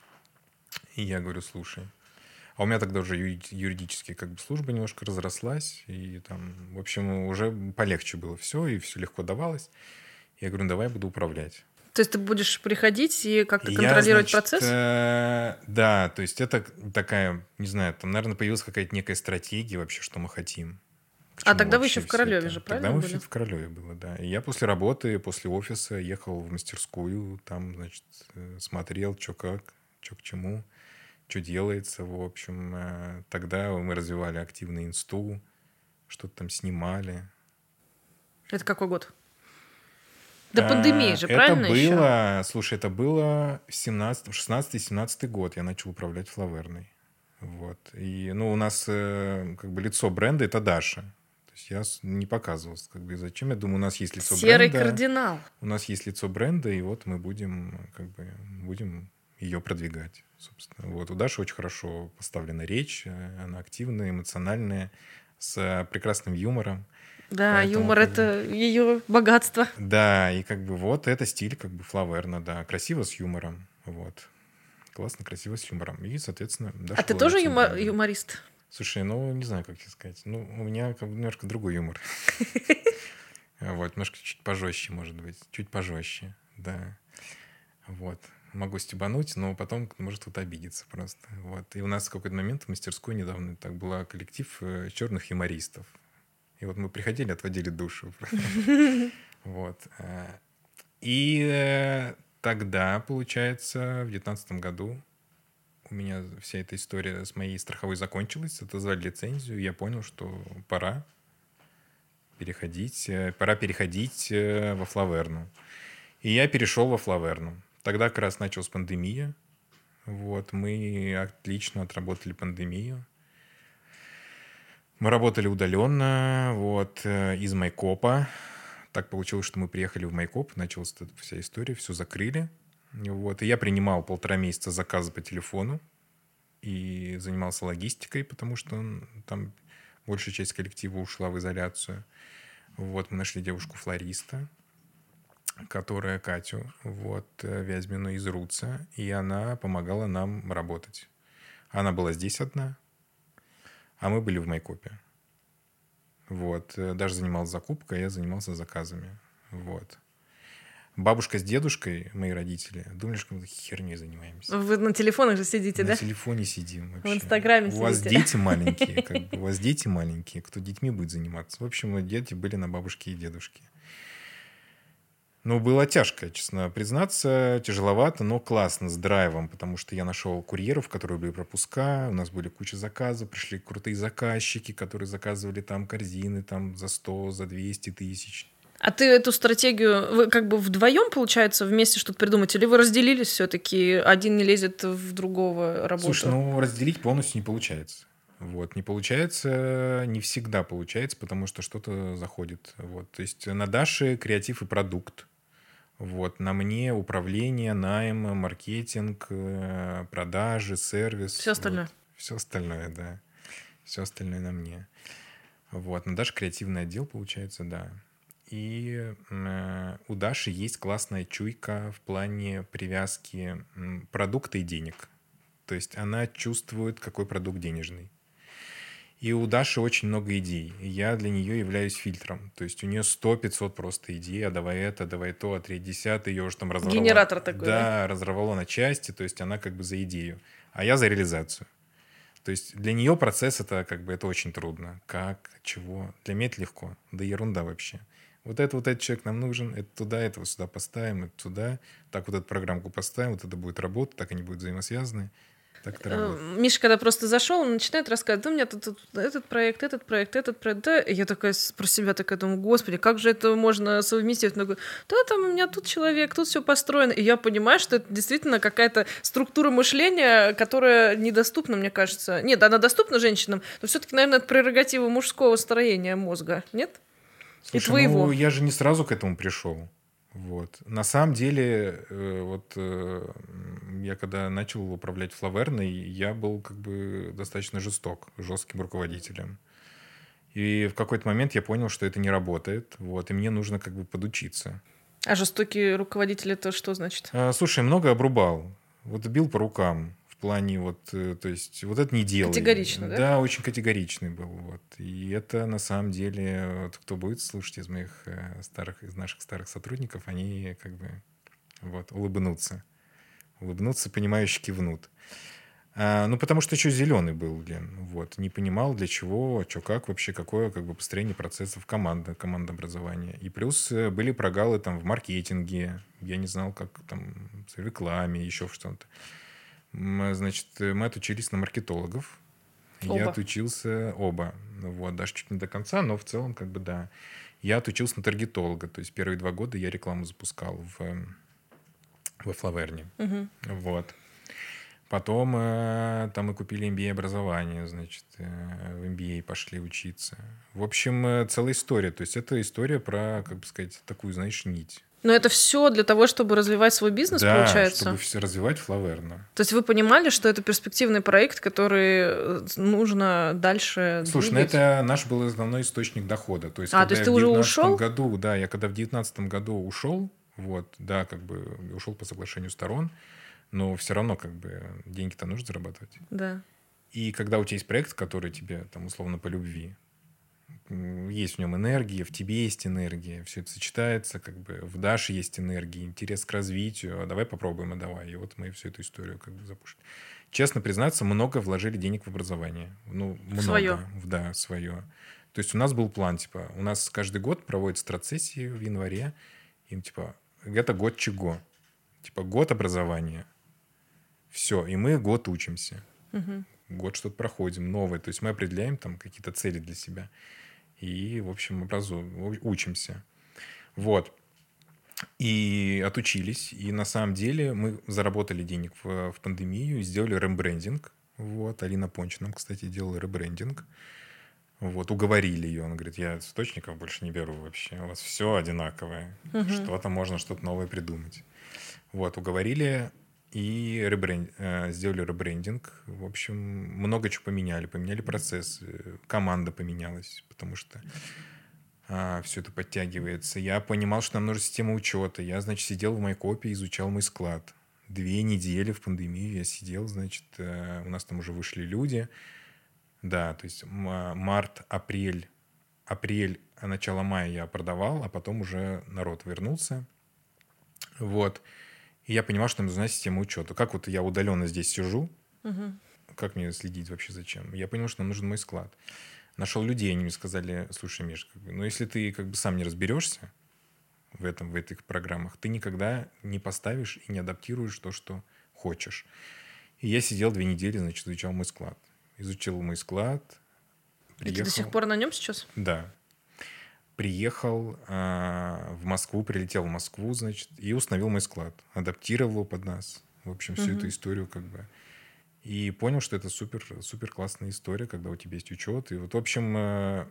Speaker 1: И я говорю, слушай. А у меня тогда уже юридически как бы служба немножко разрослась. И там, в общем, уже полегче было все. И все легко давалось. Я говорю, давай я буду управлять.
Speaker 2: То есть ты будешь приходить и как-то контролировать процесс?
Speaker 1: Да, то есть это такая, не знаю, там, наверное, появилась какая-то некая стратегия вообще, что мы хотим.
Speaker 2: Тогда вы еще в Королеве же, правильно?
Speaker 1: Тогда мы еще в Королеве было, да. И я после работы, после офиса ехал в мастерскую, там, значит, смотрел, что как, что к чему, что делается. В общем, тогда мы развивали активно инсту, что-то там снимали.
Speaker 2: Это какой год? До пандемии же, правильно
Speaker 1: еще? Слушай, это было 16-17 год. Я начал управлять Флаверной. Вот. И, у нас как бы лицо бренда — это Даша. То есть я не показывался. Как бы, зачем? Я думаю, у нас есть лицо
Speaker 2: Серый
Speaker 1: бренда.
Speaker 2: кардинал.
Speaker 1: У нас есть лицо бренда, и вот мы будем ее продвигать, собственно. Вот. У Даши очень хорошо поставлена речь. Она активная, эмоциональная, с прекрасным юмором.
Speaker 2: Да, поэтому, юмор — это ее богатство.
Speaker 1: Да, и как бы вот это стиль как бы Флаверна, да. Красиво с юмором, вот. Классно, красиво с юмором. И, соответственно, Даша.
Speaker 2: А ты тоже юморист?
Speaker 1: Слушай, не знаю, как тебе сказать. У меня как бы немножко другой юмор. Вот, немножко чуть пожестче, может быть. Чуть пожестче, да. Вот. Могу стебануть, но потом может кто-то обидеться просто. Вот. И у нас в какой-то момент в мастерской недавно так был коллектив черных юмористов. И вот мы приходили, отводили душу. Вот. И тогда, получается, в 2019 году у меня вся эта история с моей страховой закончилась. Отозвали лицензию. Я понял, что пора переходить во Флаверну. И я перешел во Флаверну. Тогда как раз началась пандемия. Вот. Мы отлично отработали пандемию. Мы работали удаленно, вот, из Майкопа. Так получилось, что мы приехали в Майкоп, началась эта вся история, все закрыли. Вот, и я принимал 1,5 месяца заказы по телефону и занимался логистикой, потому что там большая часть коллектива ушла в изоляцию. Вот, мы нашли девушку-флориста, которая Катю, вот, Вязьмину из РУЦа, и она помогала нам работать. Она была здесь одна, а мы были в Майкопе. Вот. Даже занимался закупкой, я занимался заказами. Вот. Бабушка с дедушкой, мои родители, думали, что мы херней занимаемся.
Speaker 2: Вы на телефонах же сидите,
Speaker 1: На
Speaker 2: да?
Speaker 1: телефоне сидим вообще.
Speaker 2: В Инстаграме
Speaker 1: У вас
Speaker 2: сидите.
Speaker 1: дети маленькие, как бы, у вас дети маленькие, кто детьми будет заниматься? В общем, дети были на бабушке и дедушке. Ну, было тяжко, честно признаться, тяжеловато, но классно, с драйвом, потому что я нашел курьеров, которые были пропуска, у нас были куча заказов, пришли крутые заказчики, которые заказывали там корзины там за 100, за 200 тысяч.
Speaker 2: А ты эту стратегию, вы как бы вдвоем, получается, вместе что-то придумать, или вы разделились все-таки, один не лезет в другого работу?
Speaker 1: Слушай, ну разделить полностью не получается. Вот, не получается, не всегда получается, потому что что-то заходит. Вот. То есть на Даше креатив и продукт. Вот, на мне управление, найм, маркетинг, продажи, сервис.
Speaker 2: Все остальное.
Speaker 1: Вот. Все остальное, да. Все остальное на мне. Вот, на Даше креативный отдел, получается, да. И у Даши есть классная чуйка в плане привязки продукта и денег. То есть она чувствует, какой продукт денежный. И у Даши очень много идей. И я для нее являюсь фильтром. То есть у нее 100-500 просто идей. А давай это, давай то, а третье, десятое. Ее уже там разорвало.
Speaker 2: Генератор такой,
Speaker 1: да? Разорвало на части. То есть она как бы за идею. А я за реализацию. То есть для нее процесс это как бы это очень трудно. Как, чего. Для меня это легко. Да ерунда вообще. Вот этот человек нам нужен, это туда, этого сюда поставим, это туда. Так вот эту программку поставим, вот это будет работать, так они будут взаимосвязаны. Так это работает.
Speaker 2: Миша, когда просто зашел, он начинает рассказывать, да, у меня тут этот проект, да. И я такая про себя такая думаю, господи, как же это можно совместить? Он говорит, да, там у меня тут человек, тут все построено. И я понимаю, что это действительно какая-то структура мышления, которая недоступна, мне кажется. Нет, она доступна женщинам, но все-таки, наверное, это прерогатива мужского строения мозга, нет?
Speaker 1: Слушай,
Speaker 2: и твоего.
Speaker 1: ну я же не сразу к этому пришел. Вот. На самом деле, я когда начал управлять Флаверной, я был как бы достаточно жестким руководителем. И в какой-то момент я понял, что это не работает, вот, и мне нужно как бы подучиться.
Speaker 2: А жестокий руководитель это что значит?
Speaker 1: Слушай, много обрубал. Вот бил по рукам. В плане вот, то есть, вот это не делай.
Speaker 2: Категорично, да?
Speaker 1: Да, очень категоричный был. Вот. И это на самом деле, вот, кто будет слушать из из наших старых сотрудников, они как бы вот, улыбнутся. Улыбнутся, понимающе кивнут. Ну, потому что еще зеленый был, блин. Вот. Не понимал, для чего, что, как вообще, какое как бы построение процессов командообразования. И плюс были прогалы там в маркетинге. Я не знал, как там в рекламе, еще в что-то. Значит, мы отучились на маркетологов.
Speaker 2: Оба.
Speaker 1: Я отучился оба. Вот, даже чуть не до конца, но в целом как бы да. Я отучился на таргетолога. То есть первые 2 года я рекламу запускал во Флаверне.
Speaker 2: Угу.
Speaker 1: Вот. Потом там мы купили MBA-образование, значит, в MBA пошли учиться. В общем, целая история. То есть это история про, как бы сказать, такую, знаешь, нить.
Speaker 2: Но это все для того, чтобы развивать свой бизнес,
Speaker 1: да,
Speaker 2: получается?
Speaker 1: чтобы все развивать Флаверну.
Speaker 2: То есть вы понимали, что это перспективный проект, который нужно дальше
Speaker 1: Слушай,
Speaker 2: двигать?
Speaker 1: ну это наш был основной источник дохода. То есть,
Speaker 2: то есть ты уже ушел?
Speaker 1: Году, да, я когда в 2019 году ушел, вот, да, как бы ушел по соглашению сторон, но все равно как бы деньги-то нужно зарабатывать.
Speaker 2: Да.
Speaker 1: И когда у тебя есть проект, который тебе там условно по любви, есть в нем энергия, в тебе есть энергия, все это сочетается, как бы в Даше есть энергия, интерес к развитию, а давай попробуем, а давай. И вот мы всю эту историю как бы запустим. Честно признаться, много вложили денег в образование. Ну, много.
Speaker 2: Своё.
Speaker 1: Да, свое. То есть у нас был план, типа, у нас каждый год проводятся страцессии в январе, им типа, это год чего? Типа, год образования. Все, и мы год учимся.
Speaker 2: Угу.
Speaker 1: Год что-то проходим, новое. То есть мы определяем там какие-то цели для себя. И, в общем, учимся. Вот. И отучились. И на самом деле мы заработали денег в пандемию и сделали рембрендинг. Вот. Алина Понч нам, кстати, делала ребрендинг. Вот. Уговорили ее. Она говорит, я источников больше не беру вообще. У вас все одинаковое.
Speaker 2: Угу.
Speaker 1: Что-то можно, что-то новое придумать. Вот. Уговорили и сделали ребрендинг. В общем, много чего поменяли. Поменяли процесс. Команда поменялась, потому что все это подтягивается. Я понимал, что нам нужна система учета. Я, значит, сидел в Майкопе, изучал мой склад. 2 недели в пандемию я сидел, значит, у нас там уже вышли люди. Да, то есть март, апрель, начало мая я продавал, а потом уже народ вернулся. Вот. И я понимал, что нам нужна система учета. Как вот я удаленно здесь сижу, как мне следить вообще зачем? Я понял, что нам нужен мой склад. Нашел людей, они мне сказали, слушай, Миш, ну если ты как бы сам не разберешься в этих программах, ты никогда не поставишь и не адаптируешь то, что хочешь. И я сидел 2 недели, значит, изучал мой склад. Изучил мой склад,
Speaker 2: И ты до сих
Speaker 1: приехал.
Speaker 2: пор на нем сейчас?
Speaker 1: Да. Приехал в Москву, прилетел в Москву, значит, и установил мой склад. Адаптировал его под нас. В общем, всю эту историю как бы. И понял, что это супер, супер классная история, когда у тебя есть учет. И вот, в общем,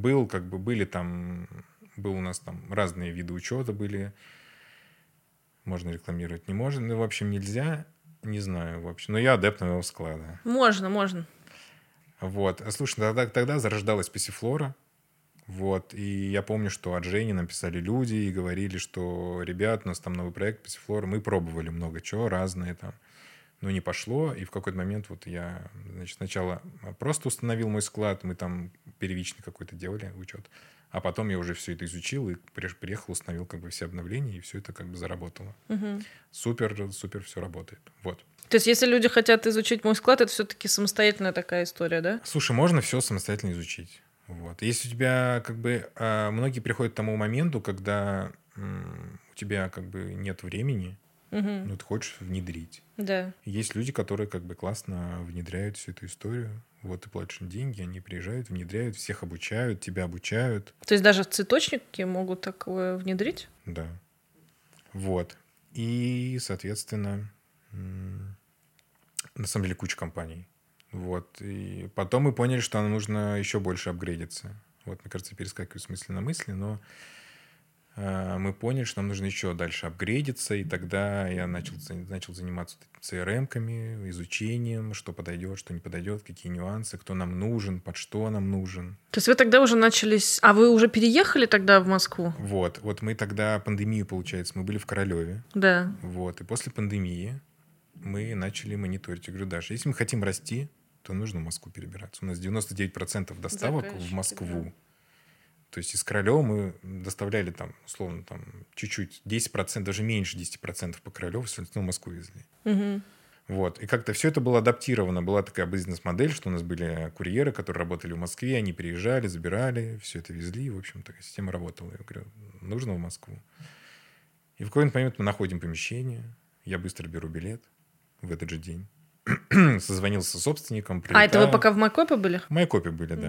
Speaker 1: был у нас там разные виды учета были. Можно рекламировать, не можно. Ну, в общем, нельзя. Не знаю, в общем. Но я адепт моего склада.
Speaker 2: Можно.
Speaker 1: Вот. Слушай, тогда зарождалась пассифлора. Вот. И я помню, что от Жени нам писали люди и говорили, что, ребят, у нас там новый проект пассифлора. Мы пробовали много чего, разные там. Но не пошло. И в какой-то момент вот я, значит, сначала просто установил мой склад. Мы там первичный какой-то делали учет. А потом я уже все это изучил и приехал, установил как бы все обновления, и все это как бы заработало. Супер, супер все работает. Вот.
Speaker 2: То есть, если люди хотят изучить мой склад, это все-таки самостоятельная такая история, да?
Speaker 1: Слушай, можно все самостоятельно изучить. Вот. Если у тебя как бы... многие приходят к тому моменту, когда у тебя как бы нет времени, но ты хочешь внедрить.
Speaker 2: Да.
Speaker 1: Есть люди, которые как бы классно внедряют всю эту историю. Вот ты платишь им деньги, они приезжают, внедряют, всех обучают, тебя обучают.
Speaker 2: То есть даже цветочники могут такое внедрить?
Speaker 1: Да. Вот. И, соответственно, на самом деле куча компаний. Вот. И потом мы поняли, что нам нужно еще больше апгрейдиться. Вот, мне кажется, перескакиваю с мысли на мысли, но мы поняли, что нам нужно еще дальше апгрейдиться, и тогда я начал заниматься CRM-ками, изучением, что подойдет, что не подойдет, какие нюансы, кто нам нужен, под что нам нужен.
Speaker 2: То есть вы тогда уже начались... А вы уже переехали тогда в Москву?
Speaker 1: Вот мы тогда пандемию, получается, мы были в Королеве.
Speaker 2: Да.
Speaker 1: Вот, и после пандемии мы начали мониторить. Я говорю, Даша, если мы хотим расти, то нужно в Москву перебираться. У нас 99% доставок в Москву. Да. То есть из Королева мы доставляли там, условно, там чуть-чуть, 10%, даже меньше 10% по Королеву, все равно в Москву везли. Вот. И как-то все это было адаптировано. Была такая бизнес-модель, что у нас были курьеры, которые работали в Москве, они приезжали, забирали, все это везли. В общем, такая система работала. Я говорю, нужно в Москву. И в какой-то момент мы находим помещение, я быстро беру билет в этот же день. Созвонился с собственником, прилетаю.
Speaker 2: А это вы пока в Майкопе были?
Speaker 1: В Майкопе были, да.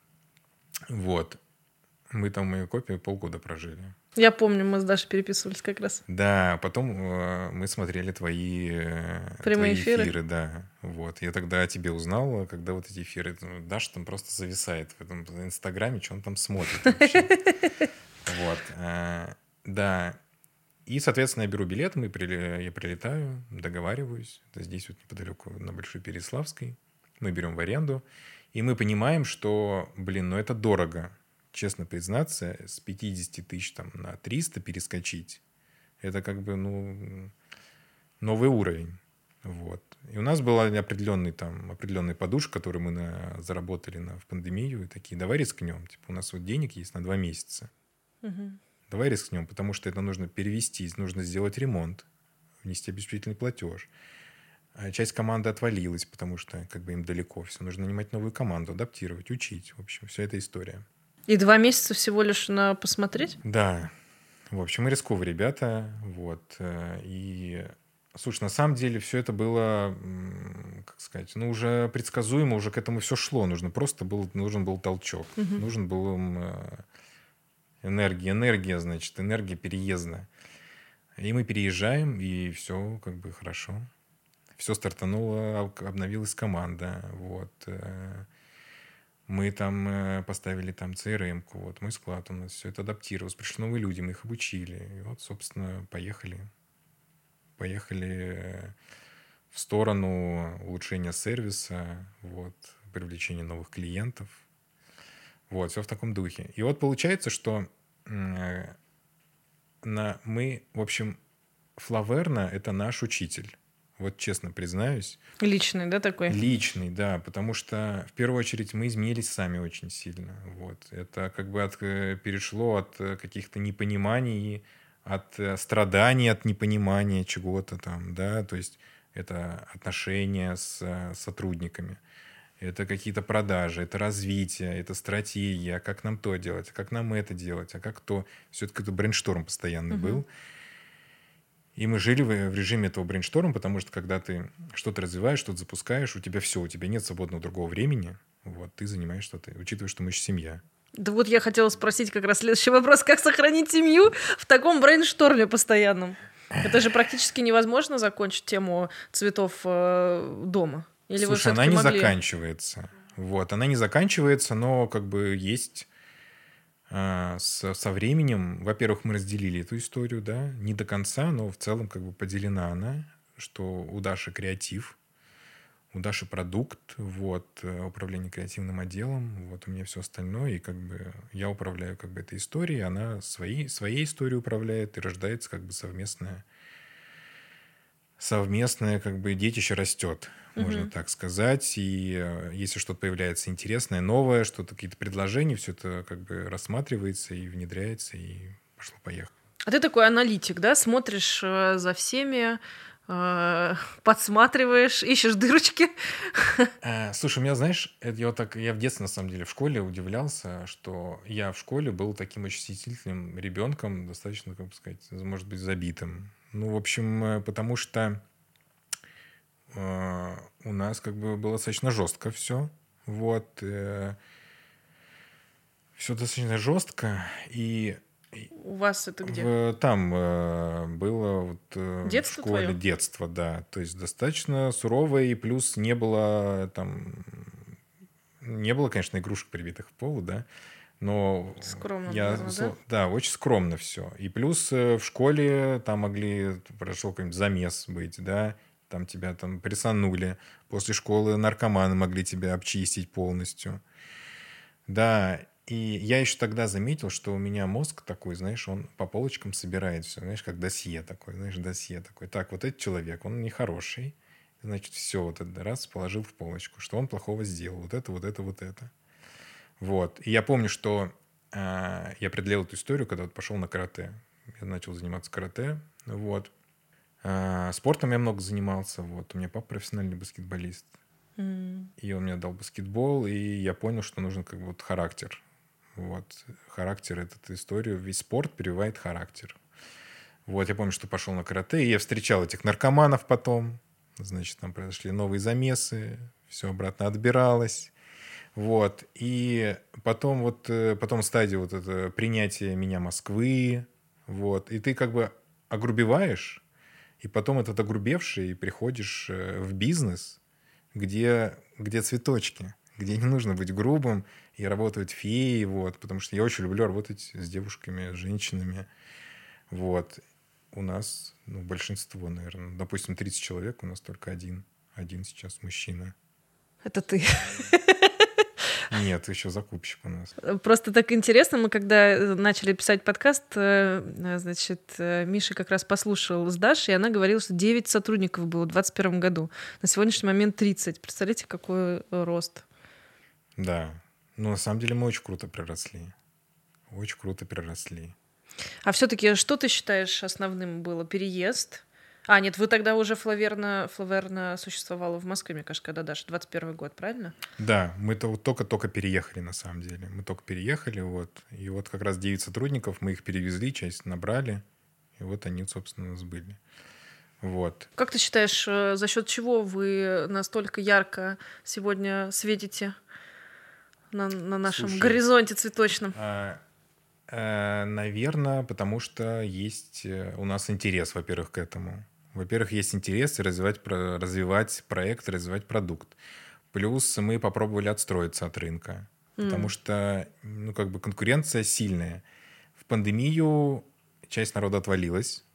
Speaker 1: Вот. Мы там в Майкопе полгода прожили.
Speaker 2: Я помню, мы с Дашей переписывались как раз.
Speaker 1: Да, потом мы смотрели твои
Speaker 2: прямые эфиры.
Speaker 1: Да. Вот. Я тогда о тебе узнал, когда вот эти эфиры. Даша там просто зависает в этом Инстаграме, что он там смотрит вообще. Вот. Да. И, соответственно, я беру билет, я прилетаю, договариваюсь. Это здесь вот неподалеку на Большой Переславской. Мы берем в аренду. И мы понимаем, что, ну это дорого. Честно признаться, с 50 тысяч там, на 300 перескочить, это как бы, новый уровень. Вот. И у нас была определенная подушка, которую мы заработали в пандемию. И такие, давай рискнем. Типа, у нас вот денег есть на 2 месяца. Давай рискнем, потому что это нужно перевести, нужно сделать ремонт, внести обеспечительный платеж. Часть команды отвалилась, потому что как бы им далеко. Все нужно нанимать новую команду, адаптировать, учить. В общем, вся эта история.
Speaker 2: И 2 месяца всего лишь на посмотреть?
Speaker 1: Да. В общем, мы рисковые ребята. Вот. И, слушай, на самом деле все это было, как сказать, уже предсказуемо, уже к этому все шло. Нужен был толчок. Нужен был энергия, значит, энергия переезда. И мы переезжаем, и все как бы хорошо. Все стартануло, обновилась команда. Вот. Мы там поставили там CRM-ку, вот мой склад у нас, все это адаптировалось. Пришли новые люди, мы их обучили. И вот, собственно, поехали. Поехали в сторону улучшения сервиса, вот, привлечения новых клиентов. Вот, все в таком духе. И вот получается, что мы, в общем, Флаверна — это наш учитель. Вот честно признаюсь.
Speaker 2: Личный, да, такой?
Speaker 1: Личный, да, потому что в первую очередь мы изменились сами очень сильно. Вот. Это как бы перешло от каких-то непониманий, от страданий, от непонимания чего-то там, да, то есть это отношения с сотрудниками, это какие-то продажи, это развитие, это стратегия, а как нам то делать, а как нам это делать, а как то. Все-таки это брейншторм постоянный был. И мы жили в режиме этого брейншторма, потому что когда ты что-то развиваешь, что-то запускаешь, у тебя все, у тебя нет свободного другого времени, вот, ты занимаешься, учитывая, что мы еще семья.
Speaker 2: Да вот я хотела спросить как раз следующий вопрос. Как сохранить семью в таком брейншторме постоянном? Это же практически невозможно закончить тему цветов дома. Или вы
Speaker 1: Слушай, она
Speaker 2: все-таки
Speaker 1: не
Speaker 2: могли?
Speaker 1: заканчивается. Вот, она не заканчивается, но как бы есть со временем, во-первых, мы разделили эту историю, да, не до конца, но в целом как бы поделена она, что у Даши креатив, у Даши продукт, вот, управление креативным отделом, вот у меня все остальное, и как бы я управляю как бы этой историей, она своей историей управляет, и рождается как бы совместное как бы детище растет, можно так сказать. И если что-то появляется интересное, новое, что-то, какие-то предложения, все это как бы рассматривается и внедряется, и пошло-поехало.
Speaker 2: А ты такой аналитик, да? Смотришь за всеми, подсматриваешь, ищешь дырочки.
Speaker 1: Слушай, у меня, знаешь, я в детстве, на самом деле, в школе удивлялся, что я в школе был таким очень стеснительным ребенком, достаточно, как бы сказать, может быть, забитым. Ну, в общем, потому что у нас как бы было достаточно жестко все. Вот. Все достаточно жестко. И
Speaker 2: У вас это где?
Speaker 1: там было вот, в
Speaker 2: Детство
Speaker 1: школе
Speaker 2: твое?
Speaker 1: детство, да. То есть достаточно суровое, и плюс не было там... Не было, конечно, игрушек, прибитых в полу, да. Но
Speaker 2: Скромно было, да?
Speaker 1: Да, очень скромно все. И плюс в школе там прошел какой-нибудь замес быть, да, там тебя там прессанули. После школы наркоманы могли тебя обчистить полностью. Да, и я еще тогда заметил, что у меня мозг такой, знаешь, он по полочкам собирает все, знаешь, как досье такой, знаешь, досье такой. Так, вот этот человек, он нехороший, значит, все вот это раз положил в полочку, что он плохого сделал, вот это, вот это, вот это. Вот. И я помню, что я преодолел эту историю, когда вот пошел на карате. Я начал заниматься карате. Вот. Спортом я много занимался. Вот. У меня папа профессиональный баскетболист. И он мне дал баскетбол, и я понял, что нужен как бы вот характер. Вот. Характер — эту историю. Весь спорт прививает характер. Вот. Я помню, что пошел на карате, и я встречал этих наркоманов потом. Значит, там произошли новые замесы, все обратно отбиралось. Вот. И потом потом стадия вот это принятие меня Москвы. Вот. И ты как бы огрубеваешь, и потом этот огрубевший приходишь в бизнес, где цветочки, где не нужно быть грубым, и работают феи, вот, потому что я очень люблю работать с девушками, с женщинами. Вот. У нас, большинство, наверное, допустим, 30 человек, у нас только один сейчас мужчина.
Speaker 2: Это ты.
Speaker 1: Нет, еще закупщик у нас.
Speaker 2: Просто так интересно, мы когда начали писать подкаст, значит, Миша как раз послушал с Дашей, и она говорила, что 9 сотрудников было в 2021 году. На сегодняшний момент 30. Представляете, какой рост?
Speaker 1: Да. Но на самом деле мы очень круто приросли. Очень круто приросли.
Speaker 2: А все-таки что ты считаешь основным было? Переезд? А, нет, вы тогда уже Флаверна существовала в Москве, мне кажется, когда Даша, 21 год, правильно?
Speaker 1: Да, мы только переехали, на самом деле. Мы только переехали, вот. И вот как раз 9 сотрудников, мы их перевезли, часть набрали. И вот они, собственно, у нас были. Вот.
Speaker 2: Как ты считаешь, за счет чего вы настолько ярко сегодня светите на нашем горизонте цветочном?
Speaker 1: Наверное, потому что есть у нас интерес, во-первых, к этому. Во-первых, есть интерес развивать проект, развивать продукт. Плюс мы попробовали отстроиться от рынка. Потому что, как бы конкуренция сильная. В пандемию часть народа отвалилась.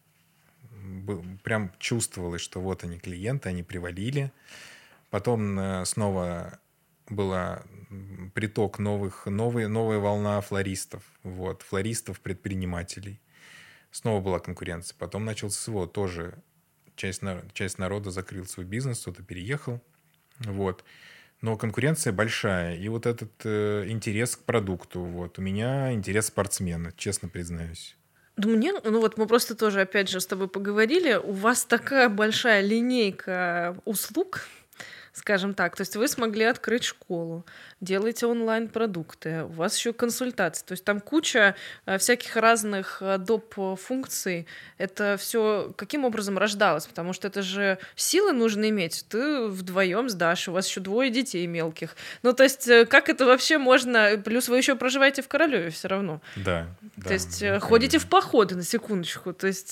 Speaker 1: Прям чувствовалось, что вот они клиенты, они привалили. Потом снова была приток новая волна флористов. Вот, флористов-предпринимателей. Снова была конкуренция. Потом начался СВО. Тоже часть народа закрыл свой бизнес, кто-то переехал. Вот. Но конкуренция большая. И вот этот интерес к продукту. Вот. У меня интерес спортсмена, честно признаюсь.
Speaker 2: Да мне, ну вот мы просто тоже, опять же, с тобой поговорили, у вас такая большая линейка услуг, скажем так. То есть вы смогли открыть школу, делаете онлайн-продукты, у вас еще консультации. То есть там куча всяких разных доп. Функций. Это все каким образом рождалось? Потому что это же силы нужно иметь. Ты вдвоем с Дашей, у вас еще двое детей мелких. Ну, то есть как это вообще можно? Плюс вы еще проживаете в Королеве все равно.
Speaker 1: Да,
Speaker 2: То
Speaker 1: да.
Speaker 2: есть
Speaker 1: ну,
Speaker 2: ходите в походы, на секундочку. То есть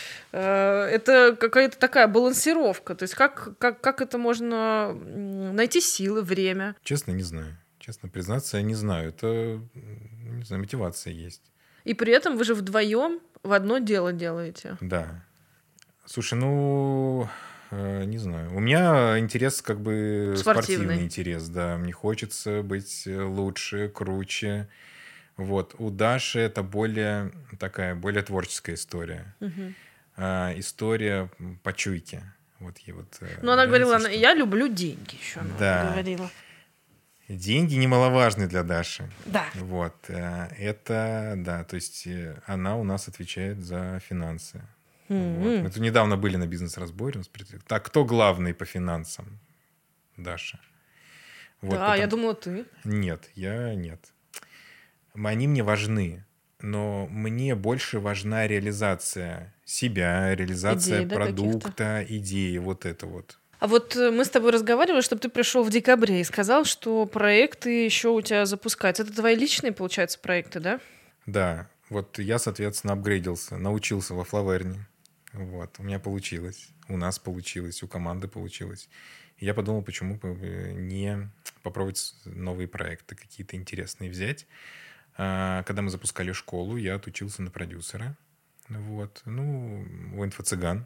Speaker 2: это какая-то такая балансировка. То есть как это можно найти силы, время?
Speaker 1: Честно, не знаю. Честно признаться, я не знаю. Это, не знаю, мотивация есть.
Speaker 2: И при этом вы же вдвоем в одно дело делаете.
Speaker 1: Да. Слушай, ну, не знаю. У меня интерес как бы спортивный интерес, да. Мне хочется быть лучше, круче. Вот. У Даши это более такая, более творческая история. История по чуйке. Вот ей вот.
Speaker 2: Ну, она говорила,
Speaker 1: что...
Speaker 2: я люблю деньги еще, она
Speaker 1: да.
Speaker 2: говорила.
Speaker 1: Деньги немаловажны для Даши.
Speaker 2: Да.
Speaker 1: Вот. Это, да, то есть она у нас отвечает за финансы. Вот. Мы тут недавно были на бизнес-разборе. Так, кто главный по финансам? Даша. Вот,
Speaker 2: да, я думала, ты.
Speaker 1: Нет, я нет. Они мне важны, но мне больше важна реализация себя, реализация
Speaker 2: идеи,
Speaker 1: продукта, идеи, вот это вот.
Speaker 2: А вот мы с тобой разговаривали, чтобы ты пришел в декабре и сказал, что проекты еще у тебя запускаются. Это твои личные, получается, проекты, да?
Speaker 1: Да. Вот я, соответственно, апгрейдился, научился во Флаверне. Вот. У меня получилось. У нас получилось, у команды получилось. И я подумал, почему бы не попробовать новые проекты, какие-то интересные взять. Когда мы запускали школу, я отучился на продюсера. Вот. Ну, у «Инфо-цыган».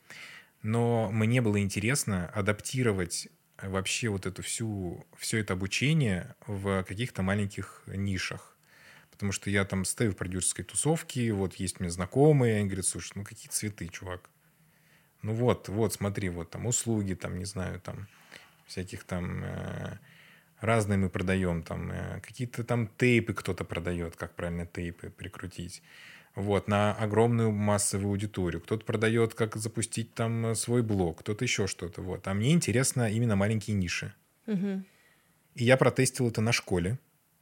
Speaker 1: Но мне было интересно адаптировать вообще вот эту все это обучение в каких-то маленьких нишах. Потому что я там стою в продюсерской тусовке, вот есть у меня знакомые, они говорят, слушай, ну какие цветы, чувак. Ну вот, смотри, вот там услуги, там, не знаю, там всяких там разные мы продаем, там какие-то там тейпы кто-то продает, как правильно тейпы прикрутить. Вот, на огромную массовую аудиторию. Кто-то продает, как запустить там свой блог, кто-то еще что-то. Вот. А мне интересно именно маленькие ниши. И я протестил это на школе.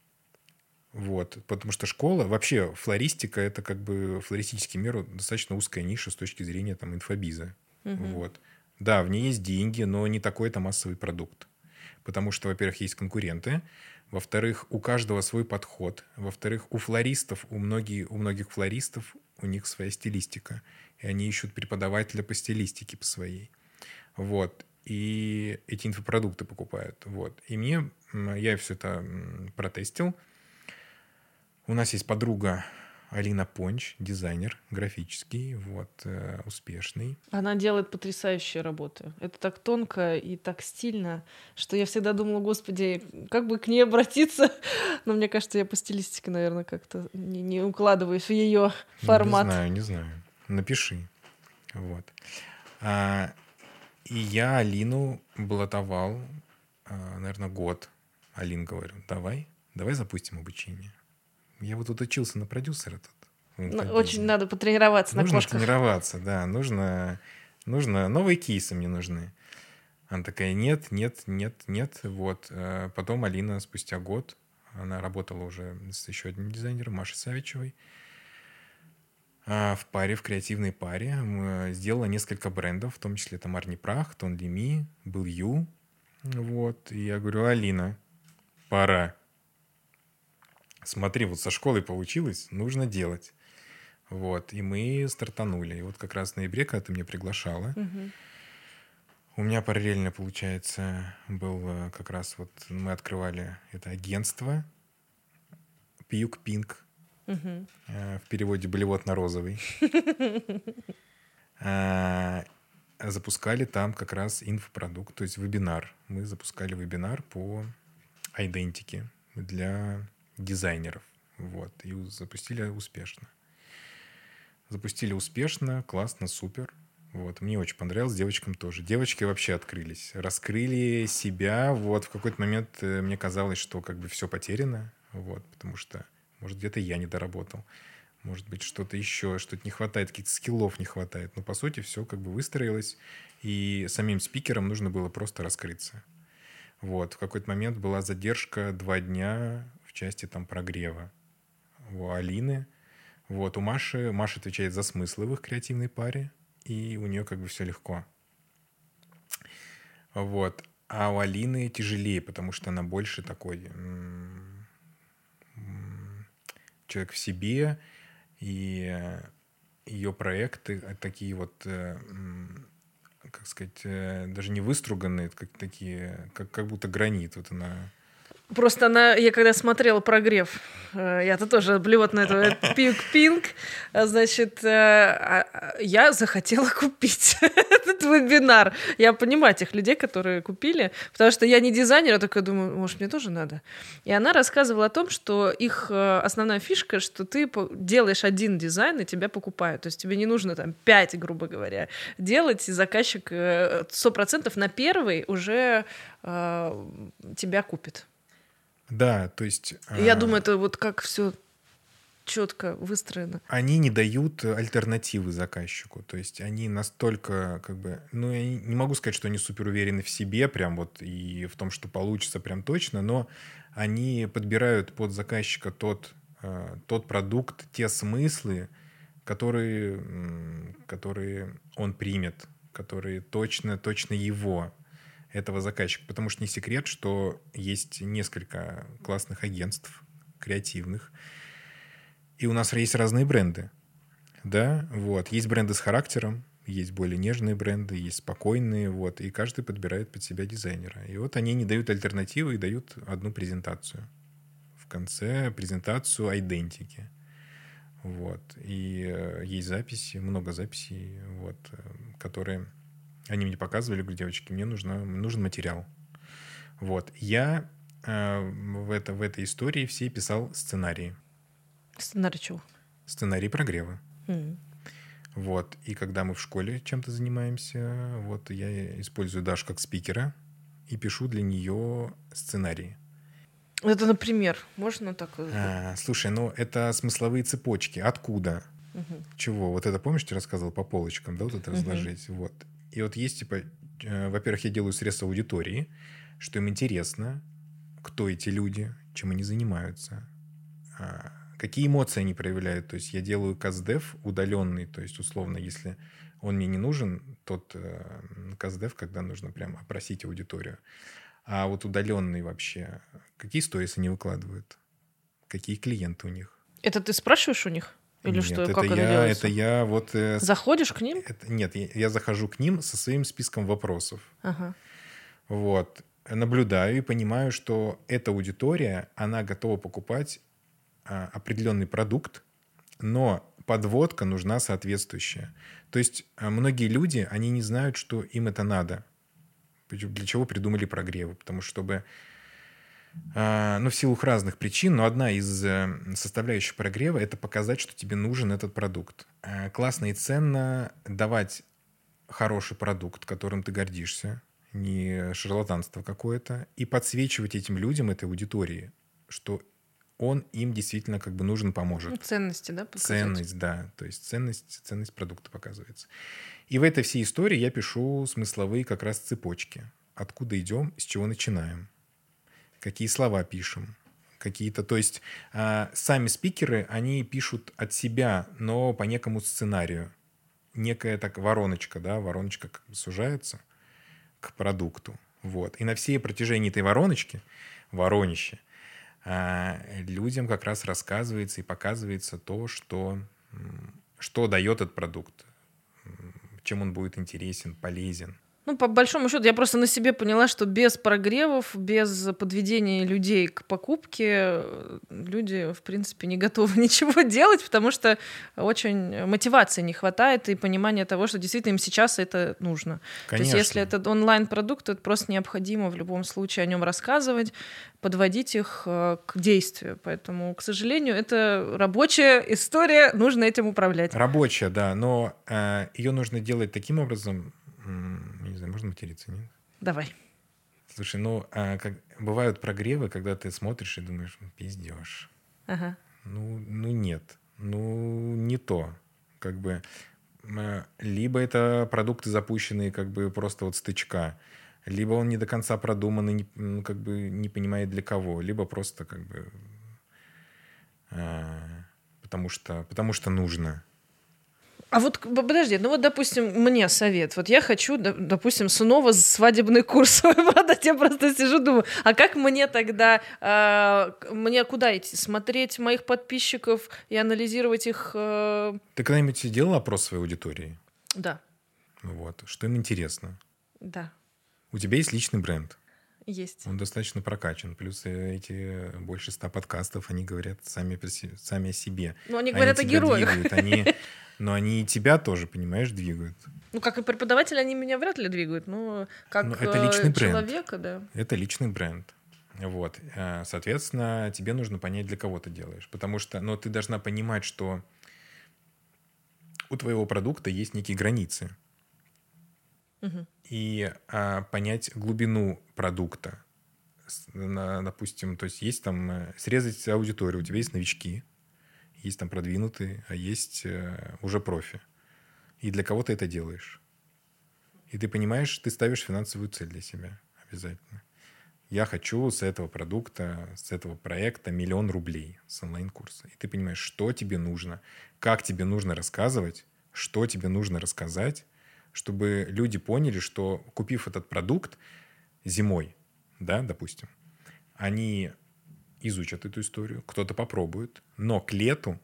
Speaker 1: Вот. Потому что школа, вообще флористика, это как бы флористический мир достаточно узкая ниша с точки зрения там инфобиза. Вот. Да, в ней есть деньги, но не такой это массовый продукт. Потому что, во-первых, есть конкуренты. Во-вторых, у каждого свой подход. Во-вторых, у флористов, у многих флористов, у них своя стилистика. И они ищут преподавателя по стилистике по своей. Вот. И эти инфопродукты покупают. Вот. И я все это протестил. У нас есть подруга Алина Понч, дизайнер графический, вот, успешный.
Speaker 2: Она делает потрясающие работы. Это так тонко и так стильно, что я всегда думала, господи, как бы к ней обратиться. Но мне кажется, я по стилистике, наверное, как-то не укладываюсь в ее формат.
Speaker 1: Не знаю. Напиши. Вот. И я Алину баллотовал, наверное, год. Алин, говорю, давай запустим обучение. Я вот тут учился на продюсера тут.
Speaker 2: Очень надо потренироваться на кошках.
Speaker 1: Нужно тренироваться, да. Нужно новые кейсы мне нужны. Она такая, нет. Вот. Потом Алина спустя год, она работала уже с еще одним дизайнером, Машей Савичевой, в креативной паре. Сделала несколько брендов, в том числе там Арни Прах, Тон Леми, Был Ю. Вот. И я говорю, Алина, пора. Смотри, вот со школой получилось, нужно делать. Вот, и мы стартанули. И вот как раз в ноябре, когда ты меня приглашала, у меня параллельно, получается, был как раз вот мы открывали это агентство Пьюк Пинк, в переводе блевотно-розовый. Запускали там как раз инфопродукт, то есть вебинар. Мы запускали вебинар по айдентике для дизайнеров. Вот. И запустили успешно, классно, супер. Вот. Мне очень понравилось, девочкам тоже. Девочки вообще открылись, раскрыли себя. Вот. В какой-то момент мне казалось, что как бы все потеряно. Вот. Потому что, может, где-то я не доработал. может быть, что-то еще, что-то не хватает, каких-то скиллов не хватает. Но, по сути, все как бы выстроилось, и самим спикерам нужно было просто раскрыться. Вот. В какой-то момент была задержка 2 дня в части там прогрева у Алины. Вот. У Маши. Маша отвечает за смыслы в их креативной паре, и у нее как бы все легко. Вот. А у Алины тяжелее, потому что она больше такой человек в себе, и ее проекты такие вот, как сказать, даже не выструганные, как такие, как будто гранит. Вот она.
Speaker 2: Просто я когда смотрела прогрев, я-то тоже блевотная пинг-пинг, значит, я захотела купить этот вебинар. Я понимаю тех людей, которые купили, потому что я не дизайнер, я такая думаю, может, мне тоже надо. И она рассказывала о том, что их основная фишка, что ты делаешь один дизайн, и тебя покупают. То есть тебе не нужно там 5, грубо говоря, делать, и заказчик 100% на первый уже тебя купит.
Speaker 1: Да, то есть.
Speaker 2: Я думаю, это вот как все четко выстроено.
Speaker 1: Они не дают альтернативы заказчику. То есть они настолько, как бы, ну, я не могу сказать, что они супер уверены в себе, прям вот, и в том, что получится прям точно, но они подбирают под заказчика тот продукт, те смыслы, которые он примет, которые точно его, этого заказчика. Потому что не секрет, что есть несколько классных агентств, креативных, и у нас есть разные бренды. Да, вот. Есть бренды с характером, есть более нежные бренды, есть спокойные, вот. И каждый подбирает под себя дизайнера. И вот они не дают альтернативы и дают одну презентацию. В конце презентацию айдентики. Вот. И есть записи, много записей, вот, которые они мне показывали, говорят, девочки, мне нужен материал. Вот. Я в этой истории все писал сценарии.
Speaker 2: Сценарий чего?
Speaker 1: Сценарий прогрева. Вот. И когда мы в школе чем-то занимаемся, вот я использую Дашу как спикера и пишу для нее сценарии.
Speaker 2: Это, например, можно так?
Speaker 1: Слушай, ну это смысловые цепочки. Откуда? Чего? Вот это, помнишь, ты рассказывал по полочкам, да, вот это разложить? Вот. И вот есть, типа, во-первых, я делаю срез аудитории, что им интересно, кто эти люди, чем они занимаются, какие эмоции они проявляют. То есть я делаю каздев удаленный, то есть условно, если он мне не нужен, тот каздев, когда нужно прям опросить аудиторию. А вот удаленный вообще, какие сторис они выкладывают, какие клиенты у них.
Speaker 2: Это ты спрашиваешь у них? Или
Speaker 1: Нет,
Speaker 2: что?
Speaker 1: это
Speaker 2: Как это делается?
Speaker 1: Это я вот...
Speaker 2: Заходишь к ним?
Speaker 1: Нет, я захожу к ним со своим списком вопросов.
Speaker 2: Ага.
Speaker 1: Вот. Наблюдаю и понимаю, что эта аудитория, она готова покупать определенный продукт, но подводка нужна соответствующая. То есть многие люди, они не знают, что им это надо. Для чего придумали прогревы? Потому что, чтобы... в силу разных причин, но одна из составляющих прогрева — это показать, что тебе нужен этот продукт. Классно и ценно давать хороший продукт, которым ты гордишься, не шарлатанство какое-то, и подсвечивать этим людям, этой аудитории, что он им действительно как бы нужен, поможет.
Speaker 2: Ценности, да? Показать?
Speaker 1: Ценность, да. То есть ценность продукта показывается. И в этой всей истории я пишу смысловые как раз цепочки. Откуда идем, с чего начинаем. Какие слова пишем, какие-то... То есть сами спикеры, они пишут от себя, но по некому сценарию. Некая так вороночка, да, вороночка как бы сужается к продукту. Вот. И на всей протяжении этой вороночки, воронище, людям как раз рассказывается и показывается то, что дает этот продукт, чем он будет интересен, полезен.
Speaker 2: Ну, по большому счету, я просто на себе поняла, что без прогревов, без подведения людей к покупке люди, в принципе, не готовы ничего делать, потому что очень мотивации не хватает и понимания того, что действительно им сейчас это нужно.
Speaker 1: Конечно.
Speaker 2: То есть если это онлайн-продукт, то это просто необходимо в любом случае о нем рассказывать, подводить их к действию. Поэтому, к сожалению, это рабочая история, нужно этим управлять.
Speaker 1: Рабочая, да, но ее нужно делать таким образом... Не знаю, можно материться, нет?
Speaker 2: Давай.
Speaker 1: Слушай, бывают прогревы, когда ты смотришь и думаешь, пиздешь.
Speaker 2: Ага.
Speaker 1: Ну нет. Ну, не то. Как бы либо это продукты, запущенные как бы просто вот с тычка, либо он не до конца продуманный, ну, как бы не понимает для кого, либо просто как бы потому что нужно.
Speaker 2: А вот подожди, ну вот, допустим, мне совет. Вот я хочу, допустим, снова свадебный курс свой продать. Я просто сижу, думаю, а как мне тогда, мне куда идти? Смотреть моих подписчиков и анализировать их?
Speaker 1: Ты когда-нибудь делал опрос своей аудитории?
Speaker 2: Да,
Speaker 1: Вот. Что им интересно?
Speaker 2: да,
Speaker 1: У тебя есть личный бренд.
Speaker 2: есть.
Speaker 1: Он достаточно прокачан. Плюс эти больше 100 подкастов, они говорят сами о себе.
Speaker 2: Ну, они говорят о
Speaker 1: тебя
Speaker 2: героях.
Speaker 1: двигают. Но они и тебя тоже, понимаешь, двигают.
Speaker 2: Ну, как и преподаватели, они меня вряд ли двигают, но как
Speaker 1: это личный бренд.
Speaker 2: человека, да.
Speaker 1: Это личный бренд. Вот. Соответственно, тебе нужно понять, для кого ты делаешь. Потому что ты должна понимать, что у твоего продукта есть некие границы.
Speaker 2: Угу.
Speaker 1: И понять глубину продукта. Допустим, то есть там срезать аудиторию. У тебя есть новички, есть там продвинутые, а есть уже профи. И для кого ты это делаешь. И ты понимаешь, ты ставишь финансовую цель для себя обязательно. Я хочу с этого продукта, с этого проекта 1 000 000 рублей с онлайн-курса. И ты понимаешь, что тебе нужно, как тебе нужно рассказывать, что тебе нужно рассказать, чтобы люди поняли, что, купив этот продукт зимой, да, допустим, они изучат эту историю, кто-то попробует, но к лету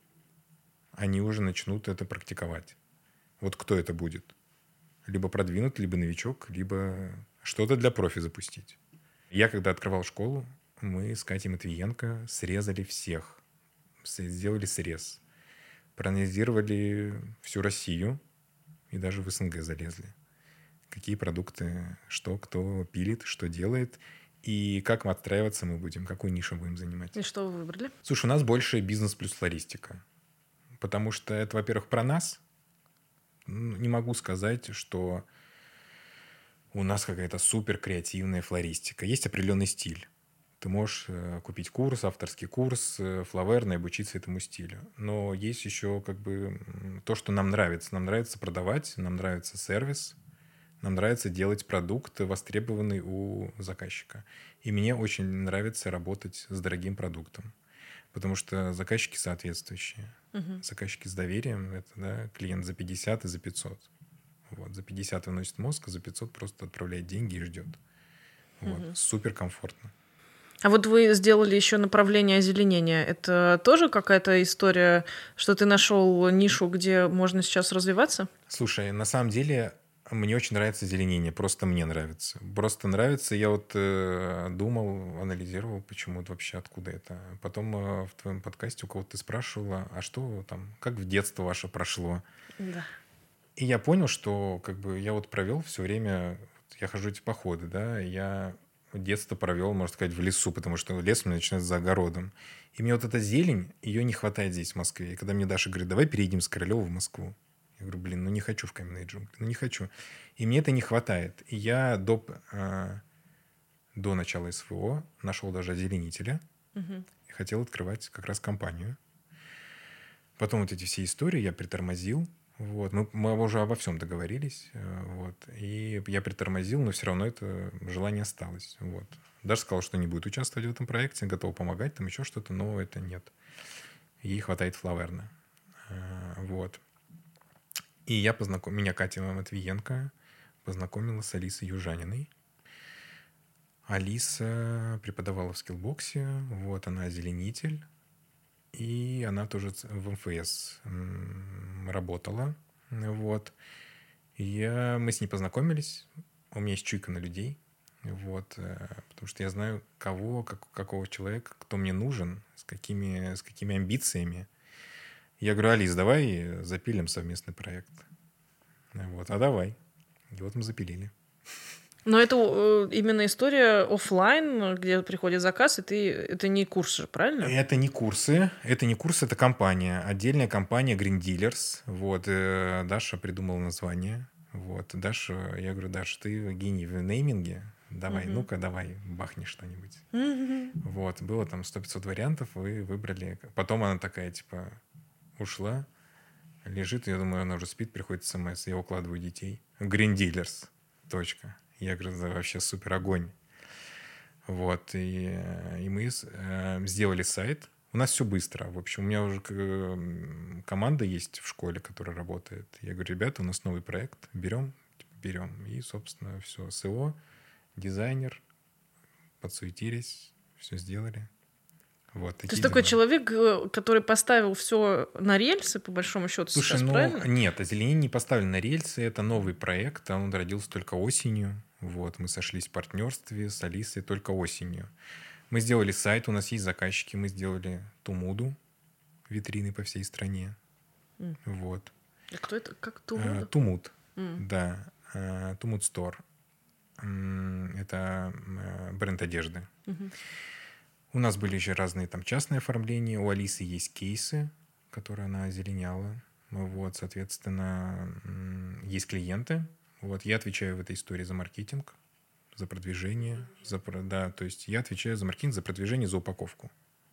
Speaker 1: они уже начнут это практиковать. Вот кто это будет? Либо продвинут, либо новичок, либо что-то для профи запустить. Я, когда открывал школу, мы с Катей Матвиенко срезали всех. Сделали срез. Проанализировали всю Россию и даже в СНГ залезли. Какие продукты, что, кто пилит, что делает. И как отстраиваться мы будем, какую нишу будем занимать.
Speaker 2: И что вы выбрали?
Speaker 1: Слушай, у нас больше бизнес плюс флористика. Потому что это, во-первых, про нас. Не могу сказать, что у нас какая-то супер креативная флористика. Есть определенный стиль. Ты можешь купить курс, авторский курс, флаверный, обучиться этому стилю. Но есть еще как бы то, что нам нравится. Нам нравится продавать, нам нравится сервис, нам нравится делать продукт, востребованный у заказчика. И мне очень нравится работать с дорогим продуктом. Потому что заказчики соответствующие. Заказчики с доверием. Это клиент за 50 и за 500. Вот. За 50 выносит мозг, а за 500 просто отправляет деньги и ждет. Вот. Супер комфортно.
Speaker 2: А вот вы сделали еще направление озеленения. Это тоже какая-то история, что ты нашел нишу, где можно сейчас развиваться?
Speaker 1: Слушай, на самом деле мне очень нравится озеленение. Просто мне нравится. Просто нравится. Я вот думал, анализировал, почему это вообще, откуда это. Потом в твоем подкасте у кого-то ты спрашивала, а что там, как в детство ваше прошло?
Speaker 2: Да.
Speaker 1: И я понял, что как бы я вот провел все время, я хожу эти походы, да, я детство провел, можно сказать, в лесу, потому что лес у меня начинается за огородом. И мне вот эта зелень, ее не хватает здесь, в Москве. И когда мне Даша говорит, давай переедем с Королева в Москву. Я говорю, блин, не хочу в каменные джунгли, не хочу. И мне это не хватает. И я до начала СВО нашел даже озеленителя и хотел открывать как раз компанию. Потом вот эти все истории я притормозил. Вот. Мы уже обо всем договорились. Вот. И я притормозил, но все равно это желание осталось. Вот. Даже сказал, что не будет участвовать в этом проекте, готов помогать, там еще что-то, но это нет. Ей хватает флаверна. Вот. И меня Катя Матвиенко познакомила с Алисой Южаниной. Алиса преподавала в скиллбоксе. Вот, она озеленитель. И она тоже в МФС работала. Вот. Мы с ней познакомились. У меня есть чуйка на людей. Вот. Потому что я знаю, какого человека, кто мне нужен, с какими амбициями. Я говорю, Алис, давай запилим совместный проект. Вот. А давай. И вот мы запилили.
Speaker 2: Но это именно история офлайн, где приходит заказ, и это не курсы, правильно?
Speaker 1: Это не курсы, это компания, отдельная компания Green Dealers. Вот, Даша придумала название. Вот, Даша, я говорю, Даша, ты гений в нейминге, давай, ну-ка, давай, бахни что-нибудь. Вот, было там 100-500 вариантов, вы выбрали. Потом она такая, типа, ушла, лежит, я думаю, она уже спит, приходит смс, я укладываю детей. Green Dealers. Точка. Я говорю, да, вообще супер огонь. Вот, и мы сделали сайт. У нас все быстро. В общем, у меня уже команда есть в школе, которая работает. Я говорю, ребята, у нас новый проект, берем. И, собственно, все, СО, дизайнер, подсуетились, все сделали. Вот,
Speaker 2: То есть такой
Speaker 1: дела.
Speaker 2: человек, который поставил все на рельсы, по большому счету,
Speaker 1: Слушай,
Speaker 2: сейчас, правильно?
Speaker 1: нет, озеленение не поставлено на рельсы, это новый проект, он родился только осенью. Вот, мы сошлись в партнерстве с Алисой только осенью. Мы сделали сайт, у нас есть заказчики, мы сделали Тумуду, витрины по всей стране. Вот.
Speaker 2: А кто это? Как Тумуд?
Speaker 1: Тумуд, да. Тумуд Store. Это бренд одежды. У нас были еще разные там частные оформления. У Алисы есть кейсы, которые она озеленяла. Вот, соответственно, есть клиенты. Вот, я отвечаю в этой истории за маркетинг, за продвижение. Да, то есть я отвечаю за маркетинг, за продвижение, за упаковку.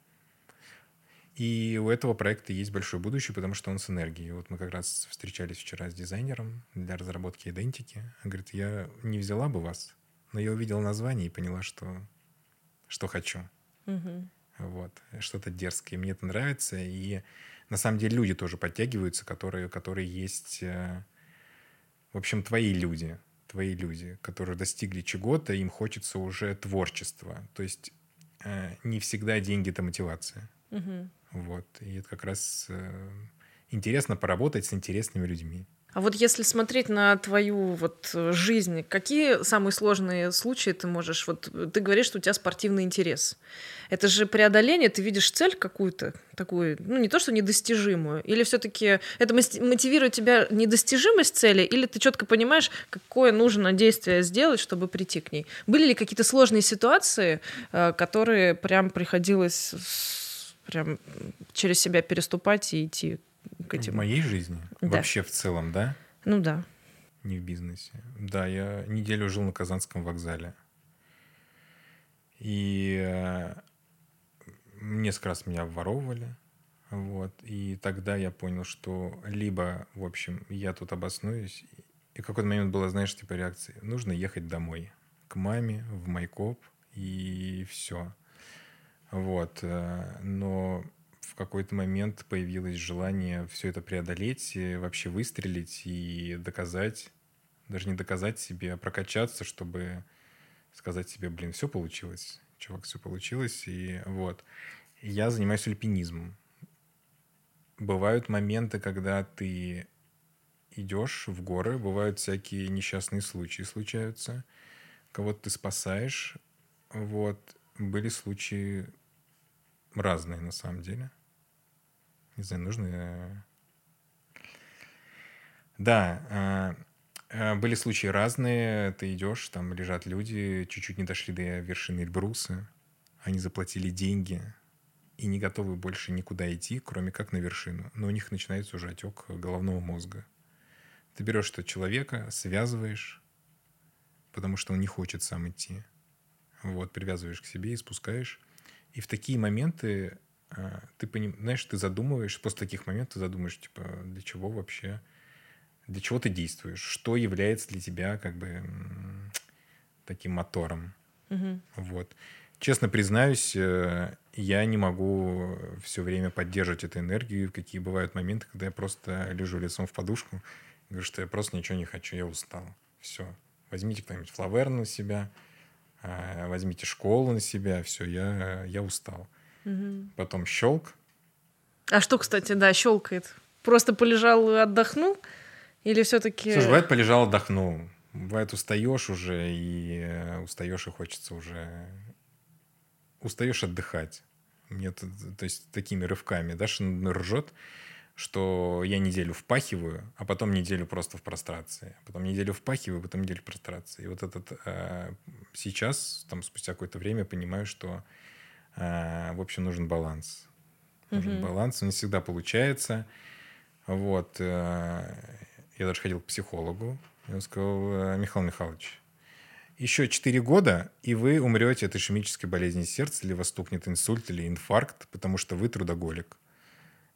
Speaker 1: И у этого проекта есть большое будущее, потому что он с энергией. Вот мы как раз встречались вчера с дизайнером для разработки идентики. Он говорит, я не взяла бы вас, но я увидела название и поняла, что хочу. Вот. Что-то дерзкое. Мне это нравится. И на самом деле люди тоже подтягиваются, которые есть... В общем, твои люди, которые достигли чего-то, им хочется уже творчества. То есть не всегда деньги — это мотивация. Вот. И это как раз интересно поработать с интересными людьми.
Speaker 2: А вот если смотреть на твою вот жизнь, какие самые сложные случаи ты можешь... Вот ты говоришь, что у тебя спортивный интерес. Это же преодоление, ты видишь цель какую-то такую, ну не то, что недостижимую, или все-таки это мотивирует тебя недостижимость цели, или ты четко понимаешь, какое нужно действие сделать, чтобы прийти к ней? Были ли какие-то сложные ситуации, которые прям приходилось прям через себя переступать и идти к этим?
Speaker 1: В моей жизни?
Speaker 2: Да.
Speaker 1: Вообще в целом, да?
Speaker 2: Ну да.
Speaker 1: Не в бизнесе. Да, я неделю жил на Казанском вокзале. И несколько раз меня обворовывали. Вот. И тогда я понял, что либо, в общем, я тут обоснуюсь. И в какой-то момент была, знаешь, типа реакция. Нужно ехать домой. К маме, в Майкоп. И все. Вот. Но в какой-то момент появилось желание все это преодолеть, вообще выстрелить и доказать, даже не доказать себе, а прокачаться, чтобы сказать себе, блин, все получилось, чувак, все получилось. И вот. Я занимаюсь альпинизмом. Бывают моменты, когда ты идешь в горы, бывают всякие несчастные случаи случаются, кого-то ты спасаешь. Вот. Были случаи разные на самом деле. Не знаю, нужно... Да, были случаи разные. Ты идешь, там лежат люди, чуть-чуть не дошли до вершины Эльбруса. Они заплатили деньги и не готовы больше никуда идти, кроме как на вершину. Но у них начинается уже отек головного мозга. Ты берешь этого человека, связываешь, потому что он не хочет сам идти. Вот, привязываешь к себе и спускаешь. И в такие моменты ты знаешь, ты задумываешь, после таких моментов ты задумаешь, типа, для чего вообще, для чего ты действуешь, что является для тебя как бы таким мотором. Вот. Честно признаюсь, я не могу все время поддерживать эту энергию. Какие бывают моменты, когда я просто лежу лицом в подушку и говорю, что я просто ничего не хочу, я устал. Все. Возьмите кто-нибудь флавер на себя, возьмите школу на себя, все, я устал. Потом щелк.
Speaker 2: А что, кстати, да, щелкает? Просто полежал и отдохнул? Или все-таки...
Speaker 1: Слушай, бывает, полежал, отдохнул. Бывает, устаешь уже, и устаешь, и хочется уже... Устаешь отдыхать. Мне то есть такими рывками. Даша ржет, что я неделю впахиваю, а потом неделю просто в прострации. Потом неделю впахиваю, потом неделю в прострации. И вот этот... сейчас, там, спустя какое-то время, понимаю, что в общем, нужен баланс. Нужен баланс, он не всегда получается. Вот. Я даже ходил к психологу. И он сказал, Михаил Михайлович, еще 4 года, и вы умрете от ишемической болезни сердца, или вас стукнет инсульт или инфаркт, потому что вы трудоголик.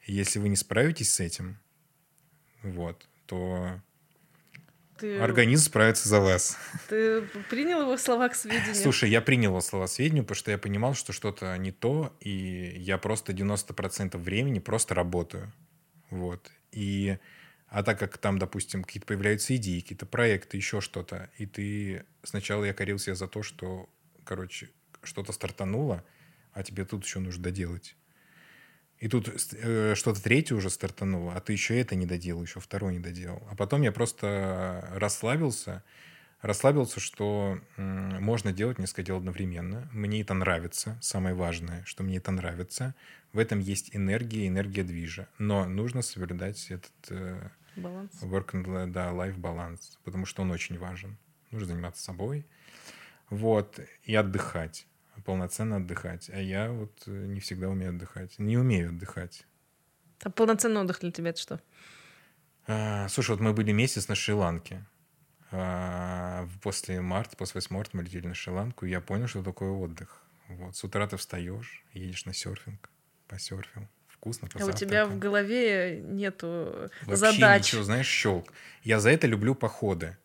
Speaker 1: Если вы не справитесь с этим, вот, то
Speaker 2: Ты,
Speaker 1: организм справится за вас.
Speaker 2: ты принял его слова к сведению?
Speaker 1: Слушай, я принял его слова к сведению, потому что я понимал, что что-то не то, и я просто 90% времени просто работаю. Вот. А так как там, допустим, какие-то появляются идеи, какие-то проекты, еще что-то, и ты... Сначала я корил себя за то, что, короче, что-то стартануло, а тебе тут еще нужно доделать. И тут что-то третье уже стартануло, а ты еще это не доделал, еще второе не доделал. А потом я просто расслабился, что можно делать несколько дел одновременно. Мне это нравится. Самое важное, что мне это нравится. В этом есть энергия движа. Но нужно соблюдать этот
Speaker 2: Баланс.
Speaker 1: life баланс, потому что он очень важен. Нужно заниматься собой. Вот. И отдыхать. Полноценно отдыхать. А я вот не всегда умею отдыхать. Не умею отдыхать.
Speaker 2: А полноценный отдых для тебя это что?
Speaker 1: Слушай, вот мы были месяц на Шри-Ланке. После 8 марта мы летели на Шри-Ланку, и я понял, что такое отдых. Вот. С утра ты встаешь, едешь на серфинг, посерфил, вкусно,
Speaker 2: А у тебя в голове нету
Speaker 1: вообще
Speaker 2: задач?
Speaker 1: ничего, знаешь, щелк. Я за это люблю походы.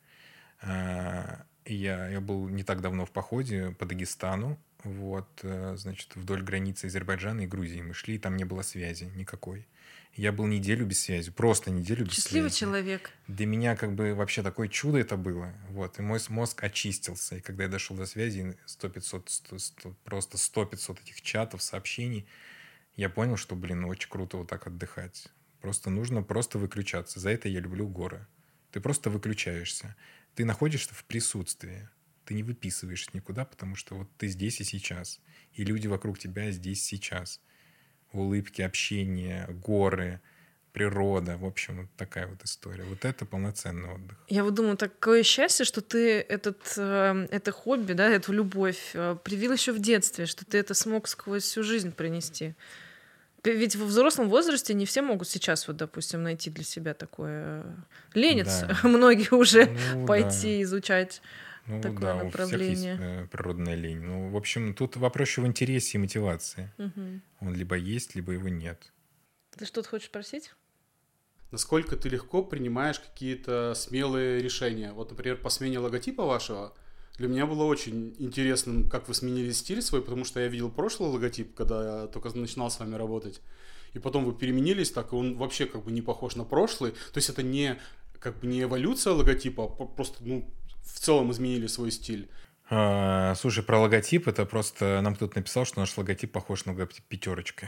Speaker 1: Я был не так давно в походе по Дагестану, вот, значит, вдоль границы Азербайджана и Грузии мы шли, и там не было связи никакой. Я был неделю без связи, просто неделю без
Speaker 2: Счастливый
Speaker 1: связи.
Speaker 2: человек.
Speaker 1: Для меня как бы вообще такое чудо это было. Вот, и мой мозг очистился. И когда я дошел до связи, 100-500, просто 100-500 этих чатов, сообщений, я понял, что, блин, очень круто вот так отдыхать. Просто нужно просто выключаться. За это я люблю горы. Ты просто выключаешься. Ты находишься в присутствии. Ты не выписываешься никуда, потому что вот ты здесь и сейчас. И люди вокруг тебя здесь сейчас. Улыбки, общение, горы, природа. В общем, вот такая вот история. Вот это полноценный отдых.
Speaker 2: Я вот думаю, такое счастье, что ты это хобби, да, эту любовь привил еще в детстве, что ты это смог сквозь всю жизнь принести. Ведь во взрослом возрасте не все могут сейчас, вот, допустим, найти для себя такое. Ленятся
Speaker 1: Да.
Speaker 2: многие уже
Speaker 1: Ну,
Speaker 2: пойти
Speaker 1: да.
Speaker 2: изучать
Speaker 1: Ну
Speaker 2: такое
Speaker 1: да, у всех есть
Speaker 2: направление.
Speaker 1: природная лень. Ну, в общем, тут вопрос еще в интересе и мотивации.
Speaker 2: Мгм.
Speaker 1: Он либо есть, либо его нет.
Speaker 2: Ты что-то хочешь спросить?
Speaker 3: Насколько ты легко принимаешь какие-то смелые решения? Вот, например, по смене логотипа вашего, для меня было очень интересным, как вы сменили стиль свой, потому что я видел прошлый логотип, когда я только начинал с вами работать, и потом вы переменились так, и он вообще как бы не похож на прошлый. То есть это не как бы не эволюция логотипа, а просто, ну, в целом изменили свой стиль.
Speaker 1: Слушай, про логотип, это просто нам кто-то написал, что наш логотип похож на логотип «Пятерочка».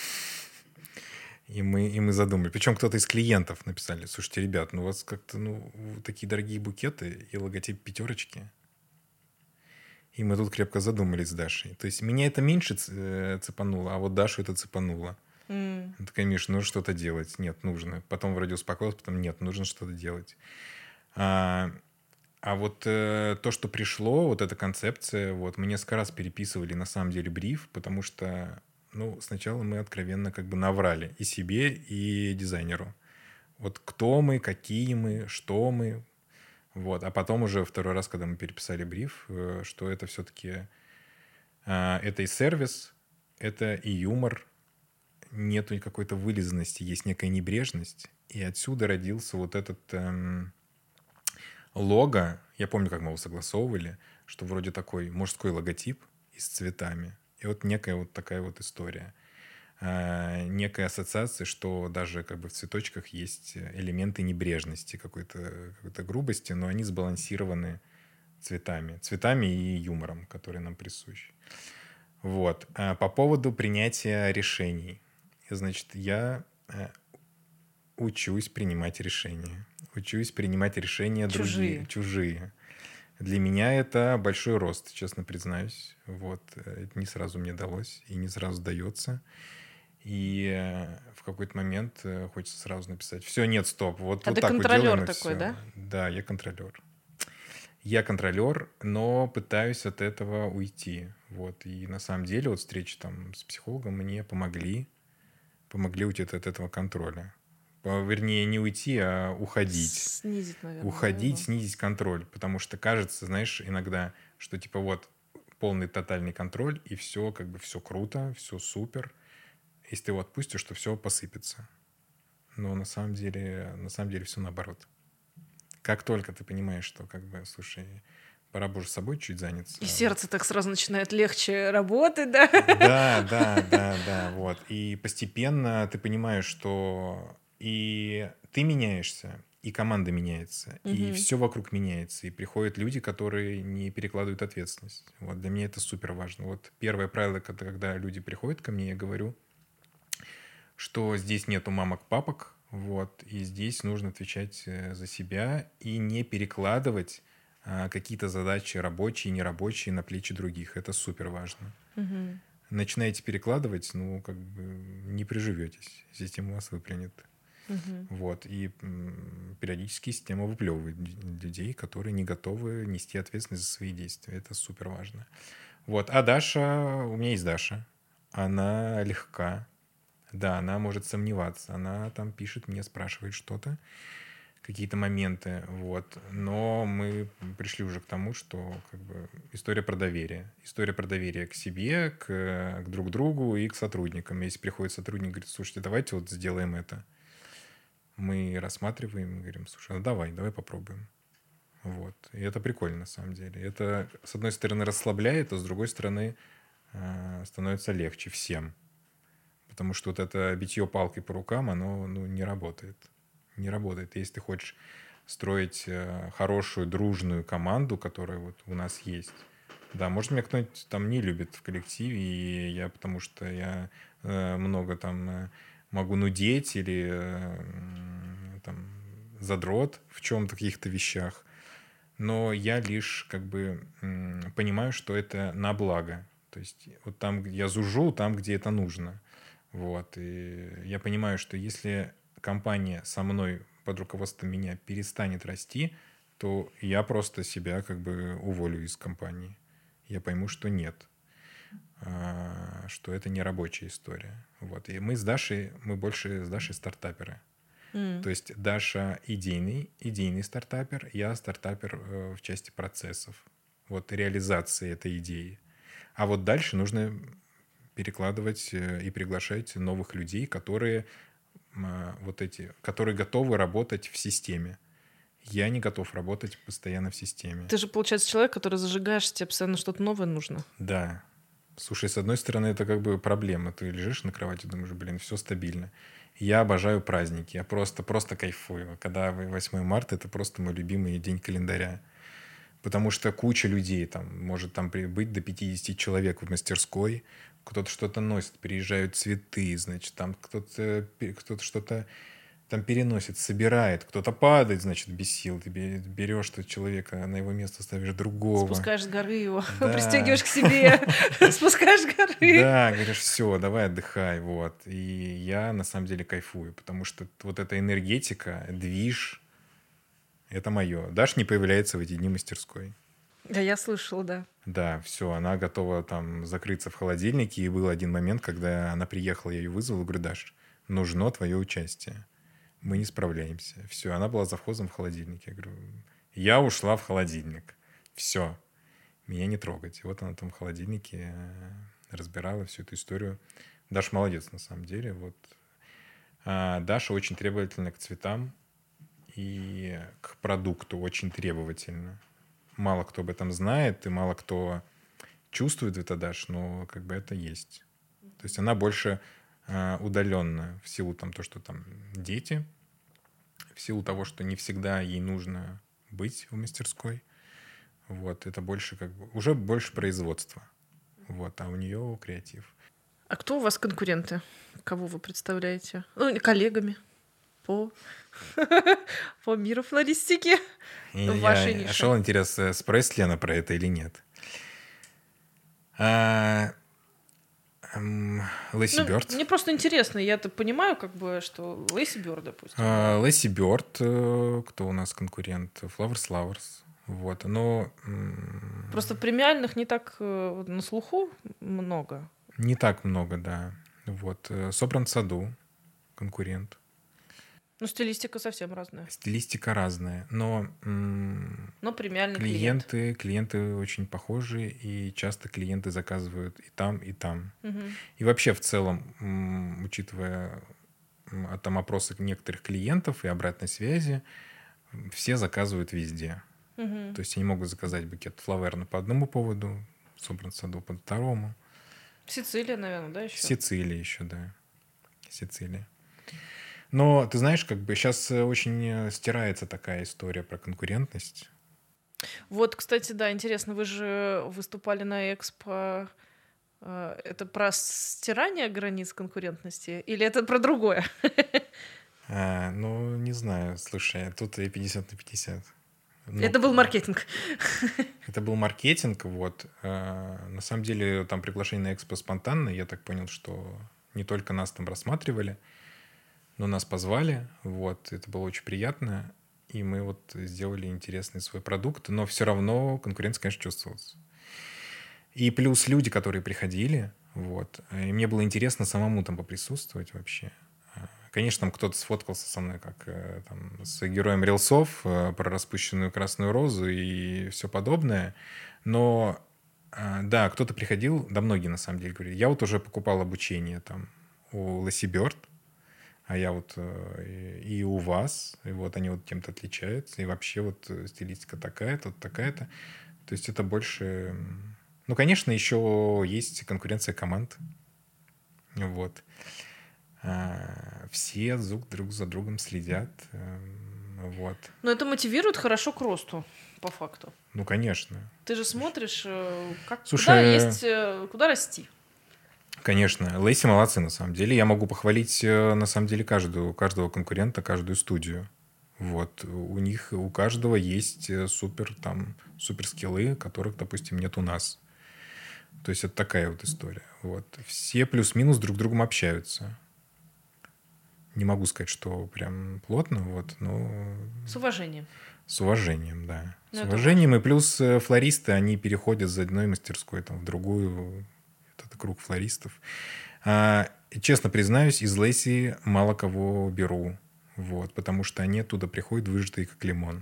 Speaker 1: И мы задумали. Причем кто-то из клиентов написали: слушайте, ребят, ну у вас как-то такие дорогие букеты и логотип «Пятерочки». И мы тут крепко задумались с Дашей. То есть меня это меньше цепануло, а вот Дашу это цепануло. Она такая: Миш, нужно что-то делать. Нет, нужно. Потом вроде успокоилась, потом нет, нужно что-то делать. А вот то, что пришло, вот эта концепция, вот мы несколько раз переписывали на самом деле бриф, потому что, сначала мы откровенно как бы наврали и себе, и дизайнеру. Вот кто мы, какие мы, что мы. Вот. А потом уже второй раз, когда мы переписали бриф, что это все-таки это и сервис, это и юмор, нету какой-то вылизанности, есть некая небрежность. И отсюда родился вот этот лого. Я помню, как мы его согласовывали, что вроде такой мужской логотип и с цветами. И вот некая вот такая вот история. Некая ассоциация, что даже как бы в цветочках есть элементы небрежности, какой-то грубости, но они сбалансированы цветами и юмором, который нам присущ. Вот. По поводу принятия решений. Значит, я учусь принимать решения. Учусь принимать решения чужие. Для меня это большой рост, честно признаюсь. Вот. Это не сразу мне далось и не сразу дается. И в какой-то момент хочется сразу написать: все, нет, стоп, вот
Speaker 2: ты
Speaker 1: так вот делаем, и
Speaker 2: такой,
Speaker 1: все.
Speaker 2: да?
Speaker 1: Да, я контролер. Я контролер, но пытаюсь от этого уйти. Вот. И на самом деле вот встречи там с психологом мне помогли уйти от этого контроля. Вернее, не уйти, а уходить.
Speaker 2: Снизить, наверное.
Speaker 1: Уходить, снизить контроль. Потому что кажется, знаешь, иногда, что типа вот полный тотальный контроль, и все как бы все круто, все супер. Если ты его отпустишь, то все посыпется. Но на самом деле все наоборот. Как только ты понимаешь, что, как бы, слушай, пора бы уже собой чуть заняться.
Speaker 2: И сердце так сразу начинает легче работать, да?
Speaker 1: Да, вот. И постепенно ты понимаешь, что и ты меняешься, и команда меняется, и все вокруг меняется, и приходят люди, которые не перекладывают ответственность. Вот для меня это супер важно. Вот первое правило, когда люди приходят ко мне, я говорю, что здесь нету мамок-папок, вот, и здесь нужно отвечать за себя и не перекладывать какие-то задачи рабочие, нерабочие на плечи других. Это супер важно. Начинаете перекладывать, ну, как бы не приживетесь. Система вас выплюнет. Вот. И периодически система выплевывает людей, которые не готовы нести ответственность за свои действия. Это супер важно. Вот. А Даша, у меня есть Даша. Она легка. Да, она может сомневаться. Она там пишет мне, спрашивает что-то, какие-то моменты. Вот. Но мы пришли уже к тому, что как бы история про доверие. История про доверие к себе, к друг другу и к сотрудникам. Если приходит сотрудник и говорит, слушайте, давайте вот сделаем это. Мы рассматриваем и говорим, слушай, ну давай попробуем. Вот. И это прикольно, на самом деле. Это, с одной стороны, расслабляет, а с другой стороны, становится легче всем. Потому что вот это битье палкой по рукам, оно не работает. Не работает. Если ты хочешь строить хорошую, дружную команду, которая вот у нас есть. Да, может, меня кто-нибудь там не любит в коллективе, и я, потому что я много там могу нудеть или там задрот в чем-то, каких-то вещах. Но я лишь как бы понимаю, что это на благо. То есть вот там, где я зужу, там, где это нужно. Вот. И я понимаю, что если компания со мной под руководством меня перестанет расти, то я просто себя как бы уволю из компании. Я пойму, что нет. Что это не рабочая история. Вот. И мы больше с Дашей стартаперы. То есть Даша идейный стартапер, я стартапер в части процессов. Вот реализации этой идеи. А вот дальше нужно перекладывать и приглашать новых людей, которые готовы работать в системе. Я не готов работать постоянно в системе.
Speaker 2: Ты же, получается, человек, который зажигаешь, тебе постоянно что-то новое нужно.
Speaker 1: Да. Слушай, с одной стороны, это как бы проблема. Ты лежишь на кровати, думаешь, блин, все стабильно. Я обожаю праздники, я просто кайфую. Когда 8 марта, это просто мой любимый день календаря. Потому что куча людей, там, может там быть до 50 человек в мастерской, кто-то что-то носит, приезжают цветы, значит, там кто-то что-то там переносит, собирает, кто-то падает, значит, без сил. Ты берешь этого человека, на его место ставишь другого.
Speaker 2: Спускаешь с горы его, пристегиваешь к себе, спускаешь с горы.
Speaker 1: Да, говоришь, все, давай отдыхай, вот. И я на самом деле кайфую, потому что вот эта энергетика, движ, это мое. Даша не появляется в эти дни в мастерской.
Speaker 2: Да, я слышала, да.
Speaker 1: Да, все, она готова там закрыться в холодильнике. И был один момент, когда она приехала, я ее вызвал, и говорю, Даш, нужно твое участие. Мы не справляемся. Все, она была завхозом в холодильнике. Я говорю, я ушла в холодильник. Все, меня не трогать. И вот она там в холодильнике разбирала всю эту историю. Даша молодец, на самом деле. Вот. Даша очень требовательна к цветам и к продукту очень требовательна. Мало кто об этом знает, и мало кто чувствует это, Даш, но как бы это есть. То есть она больше удаленная в силу там, то, что там дети, в силу того, что не всегда ей нужно быть в мастерской. Вот, это больше как бы уже больше производства. Вот, а у нее креатив.
Speaker 2: А кто у вас конкуренты? Кого вы представляете? Ну, коллегами по миру флористики в вашей нише.
Speaker 1: Шел интерес, спросит ли она про это или нет. Лэйси Бёрд.
Speaker 2: Мне просто интересно, я-то понимаю, как бы, что Лэйси Бёрд, допустим.
Speaker 1: Лэйси Бёрд, кто у нас конкурент? Flowers. Вот, но...
Speaker 2: Просто премиальных не так на слуху много.
Speaker 1: Не так много, да. Вот. Собран в саду конкурент.
Speaker 2: Ну, стилистика совсем разная.
Speaker 1: Стилистика разная, но
Speaker 2: Но премиальный клиент.
Speaker 1: клиенты очень похожи, и часто клиенты заказывают и там, и там.
Speaker 2: Мгм.
Speaker 1: И вообще в целом, учитывая там опросы некоторых клиентов и обратной связи, все заказывают везде.
Speaker 2: Мгм.
Speaker 1: То есть они могут заказать букет флаверна по одному поводу, собран в саду по второму.
Speaker 2: Сицилия, наверное, да, еще?
Speaker 1: Сицилия еще, да. Сицилия. Но ты знаешь, как бы сейчас очень стирается такая история про конкурентность.
Speaker 2: Вот, кстати, да, интересно, вы же выступали на Экспо. Это про стирание границ конкурентности или это про другое?
Speaker 1: Ну, не знаю, слушай, тут и 50 на 50. Ну,
Speaker 2: Это был маркетинг.
Speaker 1: это был маркетинг, вот. На самом деле там приглашение на Экспо спонтанное. Я так понял, что не только нас там рассматривали, но нас позвали, вот. Это было очень приятно. И мы вот сделали интересный свой продукт, но все равно конкуренция, конечно, чувствовалась. И плюс люди, которые приходили, вот. И мне было интересно самому там поприсутствовать вообще. Конечно, там кто-то сфоткался со мной, как там, с героем рилсов про распущенную красную розу и все подобное. Но да, кто-то приходил, да многие на самом деле говорили, я вот уже покупал обучение там у Лэсси Бёрд, а я вот и у вас, и вот они вот тем-то отличаются, и вообще вот стилистика такая-то, вот такая-то. То есть это больше... Ну, конечно, еще есть конкуренция команд. Вот. Все друг за другом следят. Вот.
Speaker 2: Но это мотивирует хорошо к росту, по факту.
Speaker 1: Ну, конечно.
Speaker 2: Ты же смотришь, куда
Speaker 1: Слушай,
Speaker 2: есть, куда расти.
Speaker 1: конечно. Лэйси молодцы, на самом деле. Я могу похвалить, на самом деле, каждого конкурента, каждую студию. Вот. У них, у каждого есть супер скиллы, которых, допустим, нет у нас. То есть это такая вот история. Вот. Все плюс-минус друг с другом общаются. Не могу сказать, что прям плотно, вот, но...
Speaker 2: С уважением.
Speaker 1: С уважением, да.
Speaker 2: Ну,
Speaker 1: с
Speaker 2: это
Speaker 1: уважением. И плюс флористы, они переходят из одной мастерской там, в другую. Это круг флористов. Честно признаюсь, из Лэйси мало кого беру. Вот, потому что они оттуда приходят выжатые, как лимон.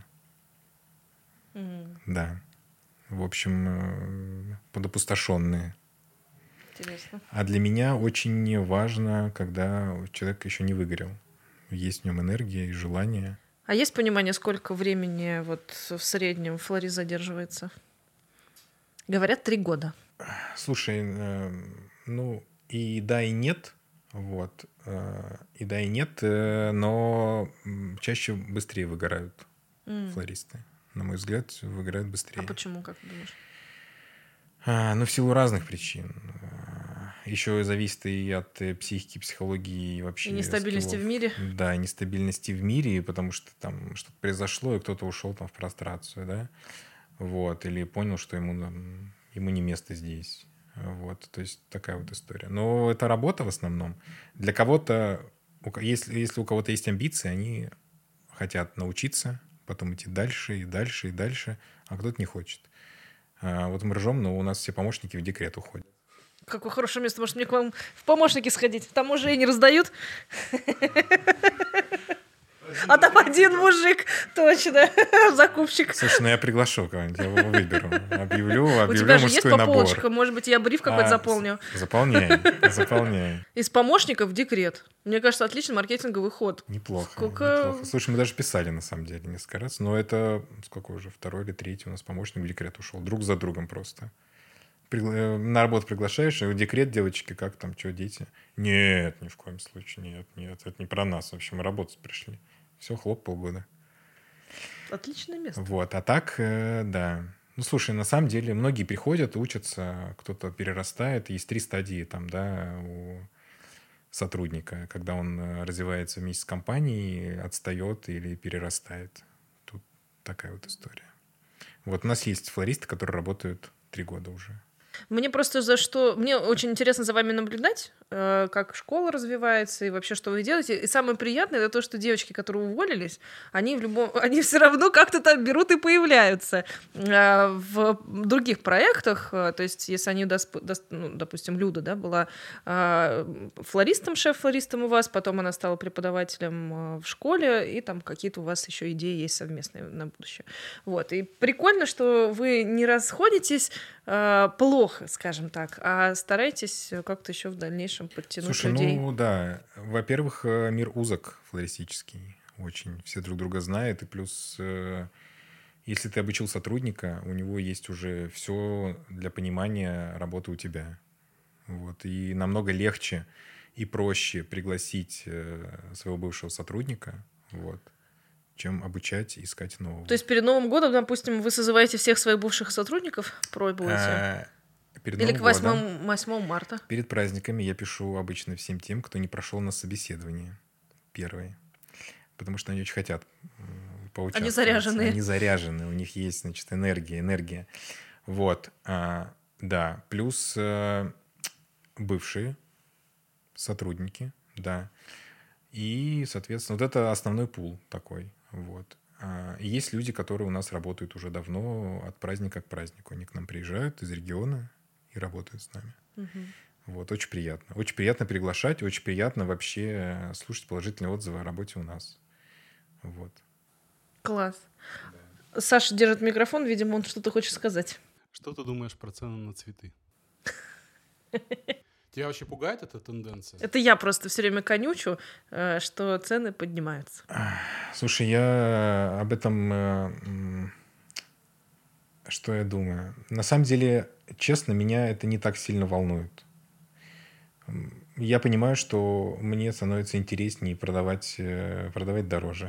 Speaker 1: Да. В общем, подопустошенные.
Speaker 2: Интересно.
Speaker 1: А для меня очень важно, когда человек еще не выгорел. Есть в нем энергия и желание.
Speaker 2: А есть понимание, сколько времени вот в среднем флорист задерживается? Говорят, 3 года.
Speaker 1: Слушай, ну и да, и нет. Вот. И да, и нет, но чаще быстрее выгорают флористы. На мой взгляд, выгорают быстрее.
Speaker 2: А почему, как ты думаешь?
Speaker 1: Ну, в силу разных причин. Еще зависит и от психики, психологии и вообще...
Speaker 2: И нестабильности в мире?
Speaker 1: Да, нестабильности в мире, потому что там что-то произошло, и кто-то ушел там в прострацию, да? Вот. Или понял, что ему не место здесь. Вот. То есть такая вот история. Но это работа в основном. Для кого-то, если у кого-то есть амбиции, они хотят научиться, потом идти дальше и дальше и дальше, а кто-то не хочет. Вот мы ржем, но у нас все помощники в декрет уходят.
Speaker 2: Какое хорошее место. Может, мне к вам в помощники сходить? Там уже и не раздают. А там один мужик, точно, закупщик.
Speaker 1: Слушай, ну я приглашу кого-нибудь, я его выберу. Объявлю
Speaker 2: У тебя же есть
Speaker 1: мужской
Speaker 2: по
Speaker 1: набор.
Speaker 2: полочкам? Может быть, я бриф какой-то заполню?
Speaker 1: Заполняй.
Speaker 2: Из помощников в декрет. Мне кажется, отличный маркетинговый ход.
Speaker 1: Неплохо. Слушай, мы даже писали, на самом деле, несколько раз. Но это, сколько уже, 2-й или 3-й у нас помощник в декрет ушел. Друг за другом просто. На работу приглашаешь, и в декрет, девочки, как там, что, дети? Нет, ни в коем случае, нет. Это не про нас. В общем, мы работать пришли. Все, хлоп, полгода.
Speaker 2: Отличное место.
Speaker 1: Вот, а так, да. Ну, слушай, на самом деле, многие приходят, учатся, кто-то перерастает. Есть 3 стадии там, да, у сотрудника, когда он развивается вместе с компанией, отстает или перерастает. Тут такая вот история. Вот у нас есть флористы, которые работают 3 года уже.
Speaker 2: Мне просто мне очень интересно за вами наблюдать, как школа развивается и вообще, что вы делаете. И самое приятное, это то, что девочки, которые уволились, они все равно как-то там берут и появляются в других проектах. То есть, если они, допустим, Люда, да, была флористом, шеф-флористом у вас, потом она стала преподавателем в школе, и там какие-то у вас еще идеи есть совместные на будущее. Вот. И прикольно, что вы не расходитесь плохо, скажем так, а старайтесь как-то еще в дальнейшем подтянуть людей.
Speaker 1: Ну да, во-первых, мир узок флористический, очень все друг друга знают, и плюс, если ты обучил сотрудника, у него есть уже все для понимания работы у тебя. Вот. И намного легче и проще пригласить своего бывшего сотрудника, вот, чем обучать и искать нового.
Speaker 2: То есть перед Новым годом, допустим, вы созываете всех своих бывших сотрудников, пробуете? Или к 8 марта?
Speaker 1: Перед праздниками я пишу обычно всем тем, кто не прошел на собеседование первое. Потому что они очень хотят поучаствовать.
Speaker 2: Они заряженные.
Speaker 1: Они заряжены, у них есть, значит, энергия. Вот, да. Плюс бывшие сотрудники, да. И, соответственно, вот это основной пул такой. Вот. И есть люди, которые у нас работают уже давно от праздника к празднику. Они к нам приезжают из региона и работают с нами.
Speaker 2: Угу.
Speaker 1: Вот, очень приятно. Очень приятно приглашать, очень приятно вообще слушать положительные отзывы о работе у нас. Вот.
Speaker 2: Класс. Да. Саша держит микрофон, видимо, он что-то хочет сказать.
Speaker 3: Что ты думаешь про цены на цветы? Тебя вообще пугает эта тенденция?
Speaker 2: Это я просто все время конючу, что цены поднимаются.
Speaker 1: Слушай, я об этом... Что я думаю? На самом деле, честно, меня это не так сильно волнует. Я понимаю, что мне становится интереснее продавать дороже.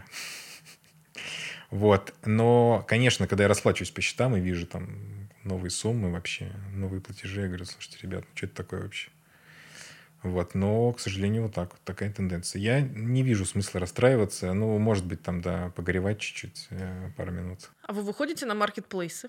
Speaker 1: Вот. Но, конечно, когда я расплачиваюсь по счетам и вижу там новые суммы вообще, новые платежи, я говорю, слушайте, ребят, что это такое вообще? Вот, но, к сожалению, вот так вот такая тенденция. Я не вижу смысла расстраиваться. Ну, может быть, там, да, погоревать чуть-чуть, пару минут.
Speaker 2: А вы выходите на маркетплейсы?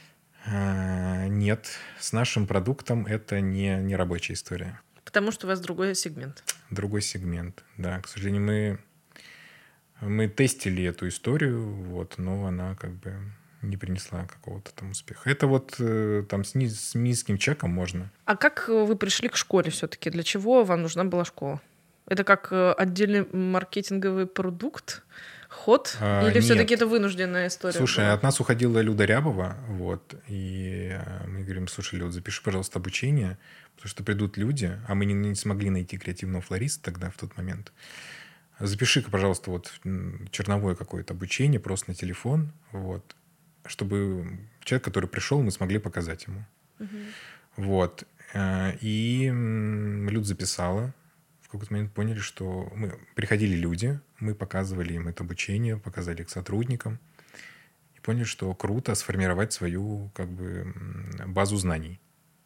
Speaker 1: Нет, с нашим продуктом это не рабочая история.
Speaker 2: Потому что у вас другой сегмент.
Speaker 1: Другой сегмент, да. К сожалению, мы тестили эту историю, вот, но она как бы не принесла какого-то там успеха. Это вот там с низким чеком можно.
Speaker 2: А как вы пришли к школе все-таки? Для чего вам нужна была школа? Это как отдельный маркетинговый продукт, ход? Или все-таки это вынужденная история?
Speaker 1: Слушай,
Speaker 2: была?
Speaker 1: От нас уходила Люда Рябова, вот, и мы говорим, слушай, Люд, запиши, пожалуйста, обучение, потому что придут люди, а мы не смогли найти креативного флориста тогда, в тот момент. Запиши-ка, пожалуйста, вот черновое какое-то обучение просто на телефон, вот, чтобы человек, который пришел, мы смогли показать ему. Вот. И Люд записала. В какой-то момент поняли, что приходили люди, мы показывали им это обучение, показали их сотрудникам, и поняли, что круто сформировать свою как бы базу знаний.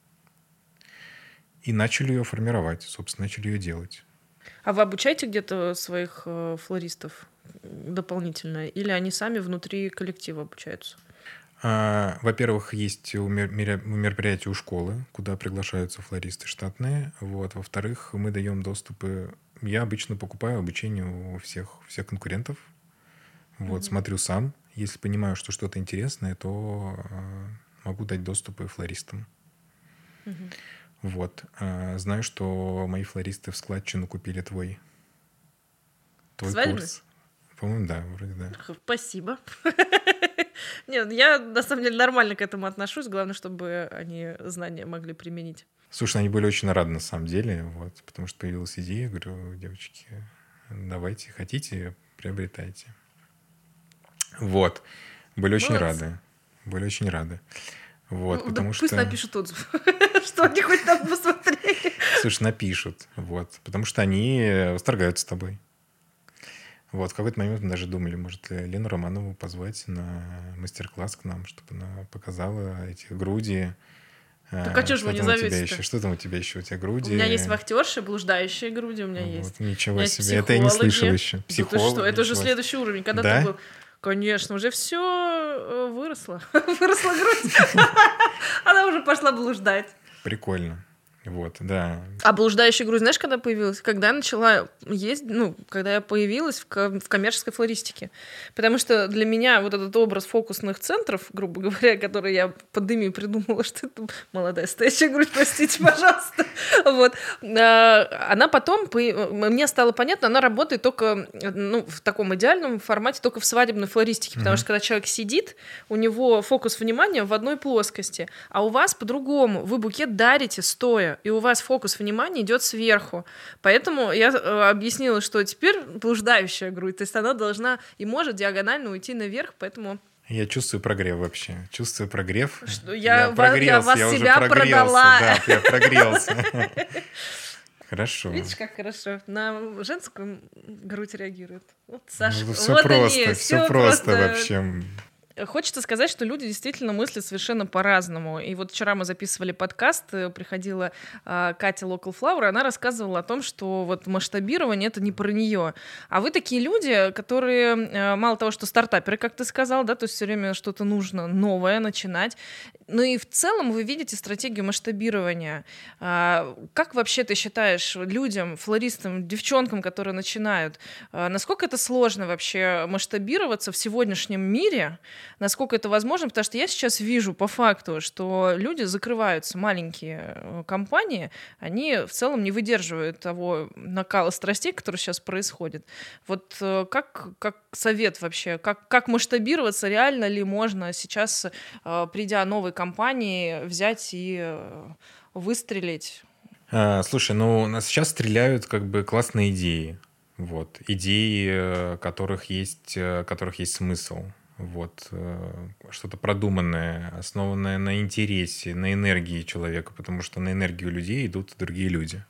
Speaker 1: И начали ее формировать, собственно, начали ее делать.
Speaker 2: А вы обучаете где-то своих флористов дополнительно? Или они сами внутри коллектива обучаются?
Speaker 1: Во-первых, есть мероприятия у школы, куда приглашаются флористы штатные. Вот. Во-вторых, мы даем доступы. Я обычно покупаю обучение у всех конкурентов. Вот, смотрю сам. Если понимаю, что что-то интересное, то могу дать доступы флористам. Вот. Знаю, что мои флористы в складчину купили твой курс. По-моему, да, вроде да.
Speaker 2: Спасибо. Нет, я на самом деле нормально к этому отношусь. Главное, чтобы они знания могли применить.
Speaker 1: Слушай, они были очень рады на самом деле, вот, потому что появилась идея. Я говорю, девочки, давайте, хотите, приобретайте. Вот. Были очень рады. Были очень рады. Вот, потому
Speaker 2: пусть напишут отзыв, что они хоть там посмотрели.
Speaker 1: Слушай, напишут. Вот, потому что они восторгаются тобой. Вот, в какой-то момент мы даже думали, может, Лену Романову позвать на мастер-класс к нам, чтобы она показала эти груди.
Speaker 2: Так а что же вы не зовете-то?
Speaker 1: Что там у тебя еще? У тебя груди?
Speaker 2: У меня есть вахтерши, блуждающие груди у меня есть.
Speaker 1: Ничего себе, это я не слышал еще.
Speaker 2: Психолог. Что? Это уже следующий уровень. Когда ты был... Конечно, уже все выросло. Выросла грудь. Она уже пошла блуждать.
Speaker 1: Прикольно. Вот, да.
Speaker 2: А блуждающая грудь, знаешь, когда появилась? Когда я начала есть, когда я появилась в коммерческой флористике. Потому что для меня вот этот образ фокусных центров, грубо говоря, который я в пандемии придумала, что это молодая стоящая грудь, простите, пожалуйста. Вот. Она потом, мне стало понятно, она работает только в таком идеальном формате, только в свадебной флористике. Потому что когда человек сидит, у него фокус внимания в одной плоскости. А у вас по-другому. Вы букет дарите стоя. И у вас фокус внимания идет сверху. Поэтому я объяснила, что теперь блуждающая грудь, то есть она должна и может диагонально уйти наверх, поэтому...
Speaker 1: Я чувствую прогрев вообще. Чувствую прогрев.
Speaker 2: Я
Speaker 1: прогрелся,
Speaker 2: вас
Speaker 1: я
Speaker 2: себя
Speaker 1: уже прогрелся.
Speaker 2: продала.
Speaker 1: Да, я прогрелся. Хорошо.
Speaker 2: Видишь, как хорошо. На женскую грудь реагирует. Вот, Саша,
Speaker 1: Все
Speaker 2: вот
Speaker 1: просто,
Speaker 2: они,
Speaker 1: все просто вообще.
Speaker 2: Хочется сказать, что люди действительно мыслят совершенно по-разному. И вот вчера мы записывали подкаст, приходила Катя Local Flower, она рассказывала о том, что вот масштабирование — это не про нее. А вы такие люди, которые, мало того, что стартаперы, как ты сказал, да, то есть все время что-то нужно новое начинать, но и в целом вы видите стратегию масштабирования. Как вообще ты считаешь людям, флористам, девчонкам, которые начинают, насколько это сложно вообще масштабироваться в сегодняшнем мире? Насколько это возможно, потому что я сейчас вижу по факту, что люди закрываются, маленькие компании, они в целом не выдерживают того накала страстей, который сейчас происходит. Вот как совет вообще, как масштабироваться, реально ли можно сейчас, придя новой компании, взять и выстрелить?
Speaker 1: Слушай, нас сейчас стреляют как бы классные идеи. Вот. Идеи, которых есть смысл. Вот, что-то продуманное, основанное на интересе, на энергии человека, потому что на энергию людей идут другие люди.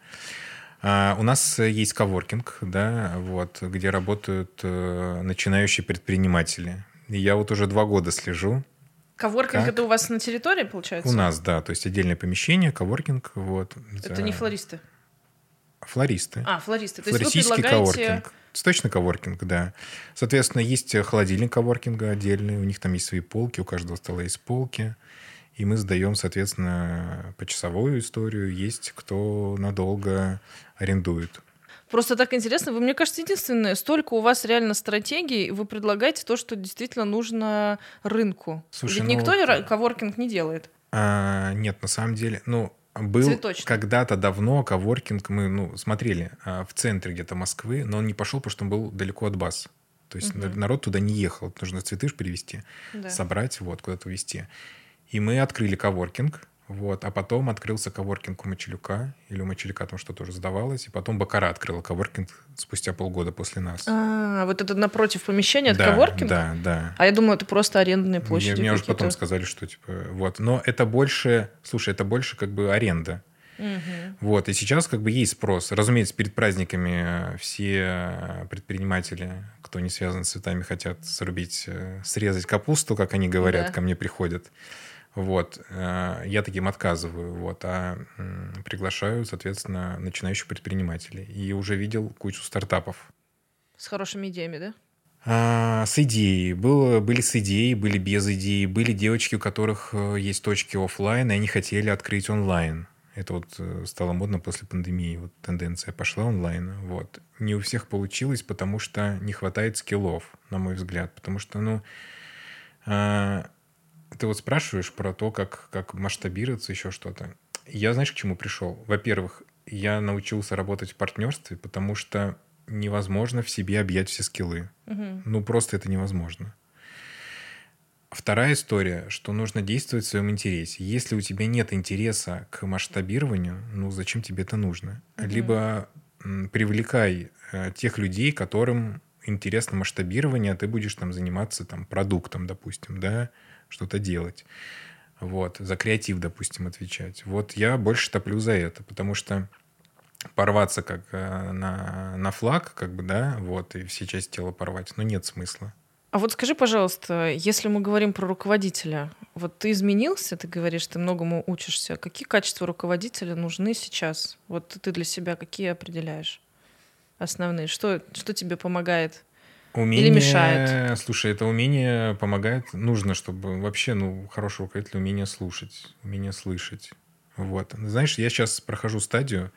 Speaker 1: У нас есть коворкинг, да, вот, где работают начинающие предприниматели. И я вот уже 2 года слежу.
Speaker 2: Коворкинг — это у вас на территории, получается?
Speaker 1: У нас, да, то есть отдельное помещение, коворкинг. Вот.
Speaker 2: Это не флористы?
Speaker 1: Флористы.
Speaker 2: Флористы. То есть вы
Speaker 1: Флористический
Speaker 2: предлагаете...
Speaker 1: коворкинг. Точно коворкинг, да. Соответственно, есть холодильник коворкинга отдельный, у них там есть свои полки, у каждого стола есть полки. И мы сдаем, соответственно, почасовую историю. Есть кто надолго арендует.
Speaker 2: Просто так интересно. Вы, мне кажется, единственное, столько у вас реально стратегий, вы предлагаете то, что действительно нужно рынку.
Speaker 1: Слушай,
Speaker 2: ведь никто коворкинг не делает.
Speaker 1: Нет, на самом деле, был
Speaker 2: Цветочный.
Speaker 1: Когда-то давно коворкинг, мы смотрели в центре где-то Москвы, но он не пошел, потому что он был далеко от баз. То есть народ туда не ехал. Нужно цветы перевезти, собрать, вот, куда-то увезти. И мы открыли коворкинг, вот, а потом открылся коворкинг у Мочелюка, или у Мочелюка там что-то уже сдавалось, и потом Бакара открыла коворкинг спустя полгода после нас.
Speaker 2: Вот это напротив помещения, это
Speaker 1: Да,
Speaker 2: коворкинг?
Speaker 1: Да.
Speaker 2: А я думаю, это просто арендные площади.
Speaker 1: Мне уже потом сказали, что вот. Но это больше, это больше как бы аренда. Вот, и сейчас как бы есть спрос. Разумеется, перед праздниками все предприниматели, кто не связан с цветами, хотят срезать капусту, как они говорят, ко мне приходят. Вот, я таким отказываю, вот, а приглашаю, соответственно, начинающих предпринимателей. И уже видел кучу стартапов.
Speaker 2: С хорошими идеями, да?
Speaker 1: С идеей. Были с идеей, были без идеи. Были девочки, у которых есть точки офлайн, и они хотели открыть онлайн. Это вот стало модно после пандемии. Вот тенденция пошла онлайн. Вот. Не у всех получилось, потому что не хватает скиллов, на мой взгляд. Потому что, ты вот спрашиваешь про то, как масштабироваться, еще что-то. Я, знаешь, к чему пришел? Во-первых, я научился работать в партнерстве, потому что невозможно в себе объять все скиллы. Просто это невозможно. Вторая история, что нужно действовать в своем интересе. Если у тебя нет интереса к масштабированию, зачем тебе это нужно? Либо привлекай тех людей, которым интересно масштабирование, а ты будешь там заниматься продуктом, допустим, да, что-то делать. Вот, за креатив, допустим, отвечать. Вот я больше топлю за это, потому что порваться как на флаг, как бы, да, вот, и все части тела порвать, нет смысла.
Speaker 2: А вот скажи, пожалуйста, если мы говорим про руководителя, вот ты изменился, ты говоришь, ты многому учишься. Какие качества руководителя нужны сейчас? Вот ты для себя какие определяешь основные? Что тебе помогает или мешает?
Speaker 1: Слушай, это умение помогает. Нужно, чтобы вообще, хороший руководитель умение слушать, умение слышать. Вот. Знаешь, я сейчас прохожу стадию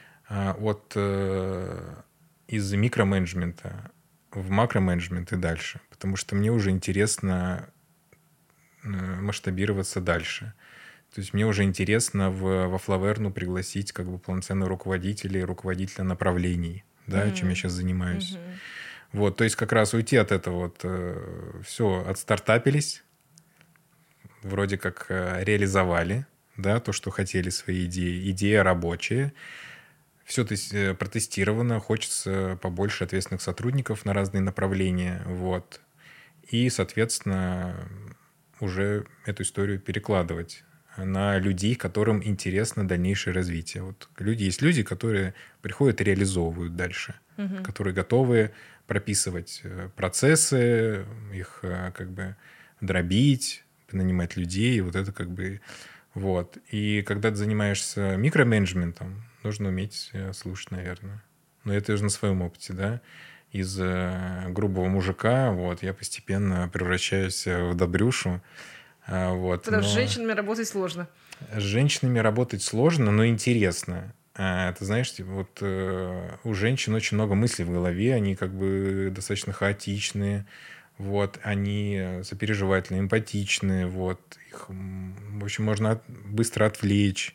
Speaker 1: из микроменеджмента в макроменеджмент и дальше, потому что мне уже интересно масштабироваться дальше. То есть мне уже интересно во Флаверну пригласить как бы полноценного руководителя направлений, да, чем я сейчас занимаюсь. Вот, то есть как раз уйти от этого все, отстартапились, вроде как реализовали, да, то, что хотели, свои идеи. Идея рабочая. Все протестировано, хочется побольше ответственных сотрудников на разные направления. Вот. И, соответственно, уже эту историю перекладывать на людей, которым интересно дальнейшее развитие. Вот есть люди, которые приходят и реализовывают дальше, которые готовы прописывать процессы, их как бы дробить, нанимать людей, вот это как бы... Вот. И когда ты занимаешься микроменеджментом, нужно уметь слушать, наверное. Но это уже на своем опыте, да. Из грубого мужика вот, я постепенно превращаюсь в добрюшу. Вот.
Speaker 2: Потому что с женщинами работать сложно.
Speaker 1: С женщинами работать сложно, но интересно. Ты знаешь, вот у женщин очень много мыслей в голове, они как бы достаточно хаотичные. Вот, они сопереживательные, эмпатичные, вот, их, в общем, можно быстро отвлечь.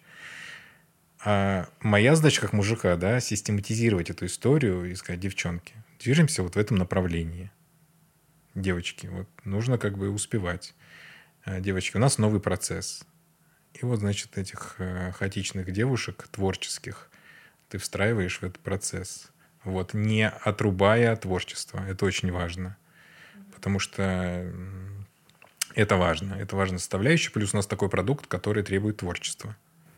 Speaker 1: А моя задача как мужика, да, систематизировать эту историю и сказать: девчонки, движемся вот в этом направлении. Девочки, вот, нужно как бы успевать. Девочки, у нас новый процесс. И вот, значит, этих хаотичных девушек, творческих, ты встраиваешь в этот процесс. Вот, не отрубая творчество. Это очень важно. Потому что это важно. Это важная составляющая. Плюс у нас такой продукт, который требует творчества.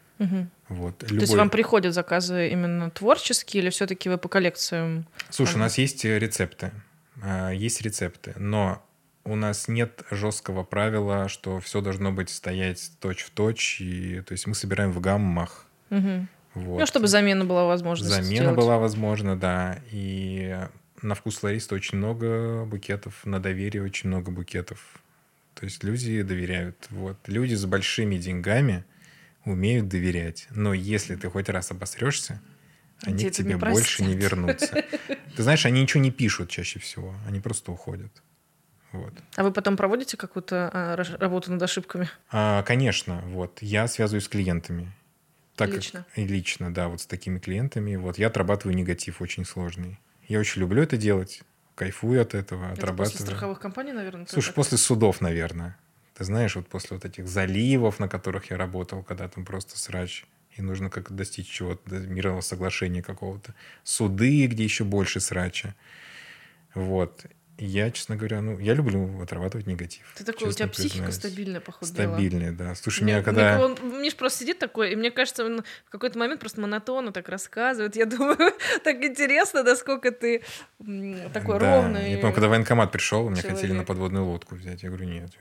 Speaker 1: Вот.
Speaker 2: То есть вам приходят заказы именно творческие или все-таки вы по коллекциям?
Speaker 1: Слушай, у нас есть рецепты. Есть рецепты. Но у нас нет жесткого правила, что все должно быть стоять точь-в-точь. И, то есть мы собираем в гаммах. Вот.
Speaker 2: Ну, чтобы замена была возможна.
Speaker 1: Замена была возможна, да. И... На вкус флориста очень много букетов, на доверие очень много букетов. То есть люди доверяют. Вот. Люди с большими деньгами умеют доверять. Но если ты хоть раз обосрешься, они к тебе больше не вернутся. Ты знаешь, они ничего не пишут чаще всего. Они просто уходят. Вот.
Speaker 2: А вы потом проводите какую-то работу над ошибками?
Speaker 1: Конечно. Вот. Я связываюсь с клиентами.
Speaker 2: Лично?
Speaker 1: Лично, да. Вот с такими клиентами. Вот. Я отрабатываю негатив очень сложный. Я очень люблю это делать, кайфую от этого, отрабатываю.
Speaker 2: После страховых компаний, наверное?
Speaker 1: Слушай, после судов, наверное. Ты знаешь, вот после вот этих заливов, на которых я работал, когда там просто срач, и нужно как-то достичь чего-то, мирного соглашения какого-то. Суды, где еще больше срача. Вот. Я, честно говоря, я люблю отрабатывать негатив.
Speaker 2: Ты такой, у тебя психика стабильная, походу.
Speaker 1: Стабильная, да. Слушай, меня когда...
Speaker 2: Миш просто сидит такой, и мне кажется, он в какой-то момент просто монотонно так рассказывает. Я думаю, так интересно, насколько ты такой ровный.
Speaker 1: Я помню, когда в военкомат пришел, меня хотели на подводную лодку взять. Я говорю: нет,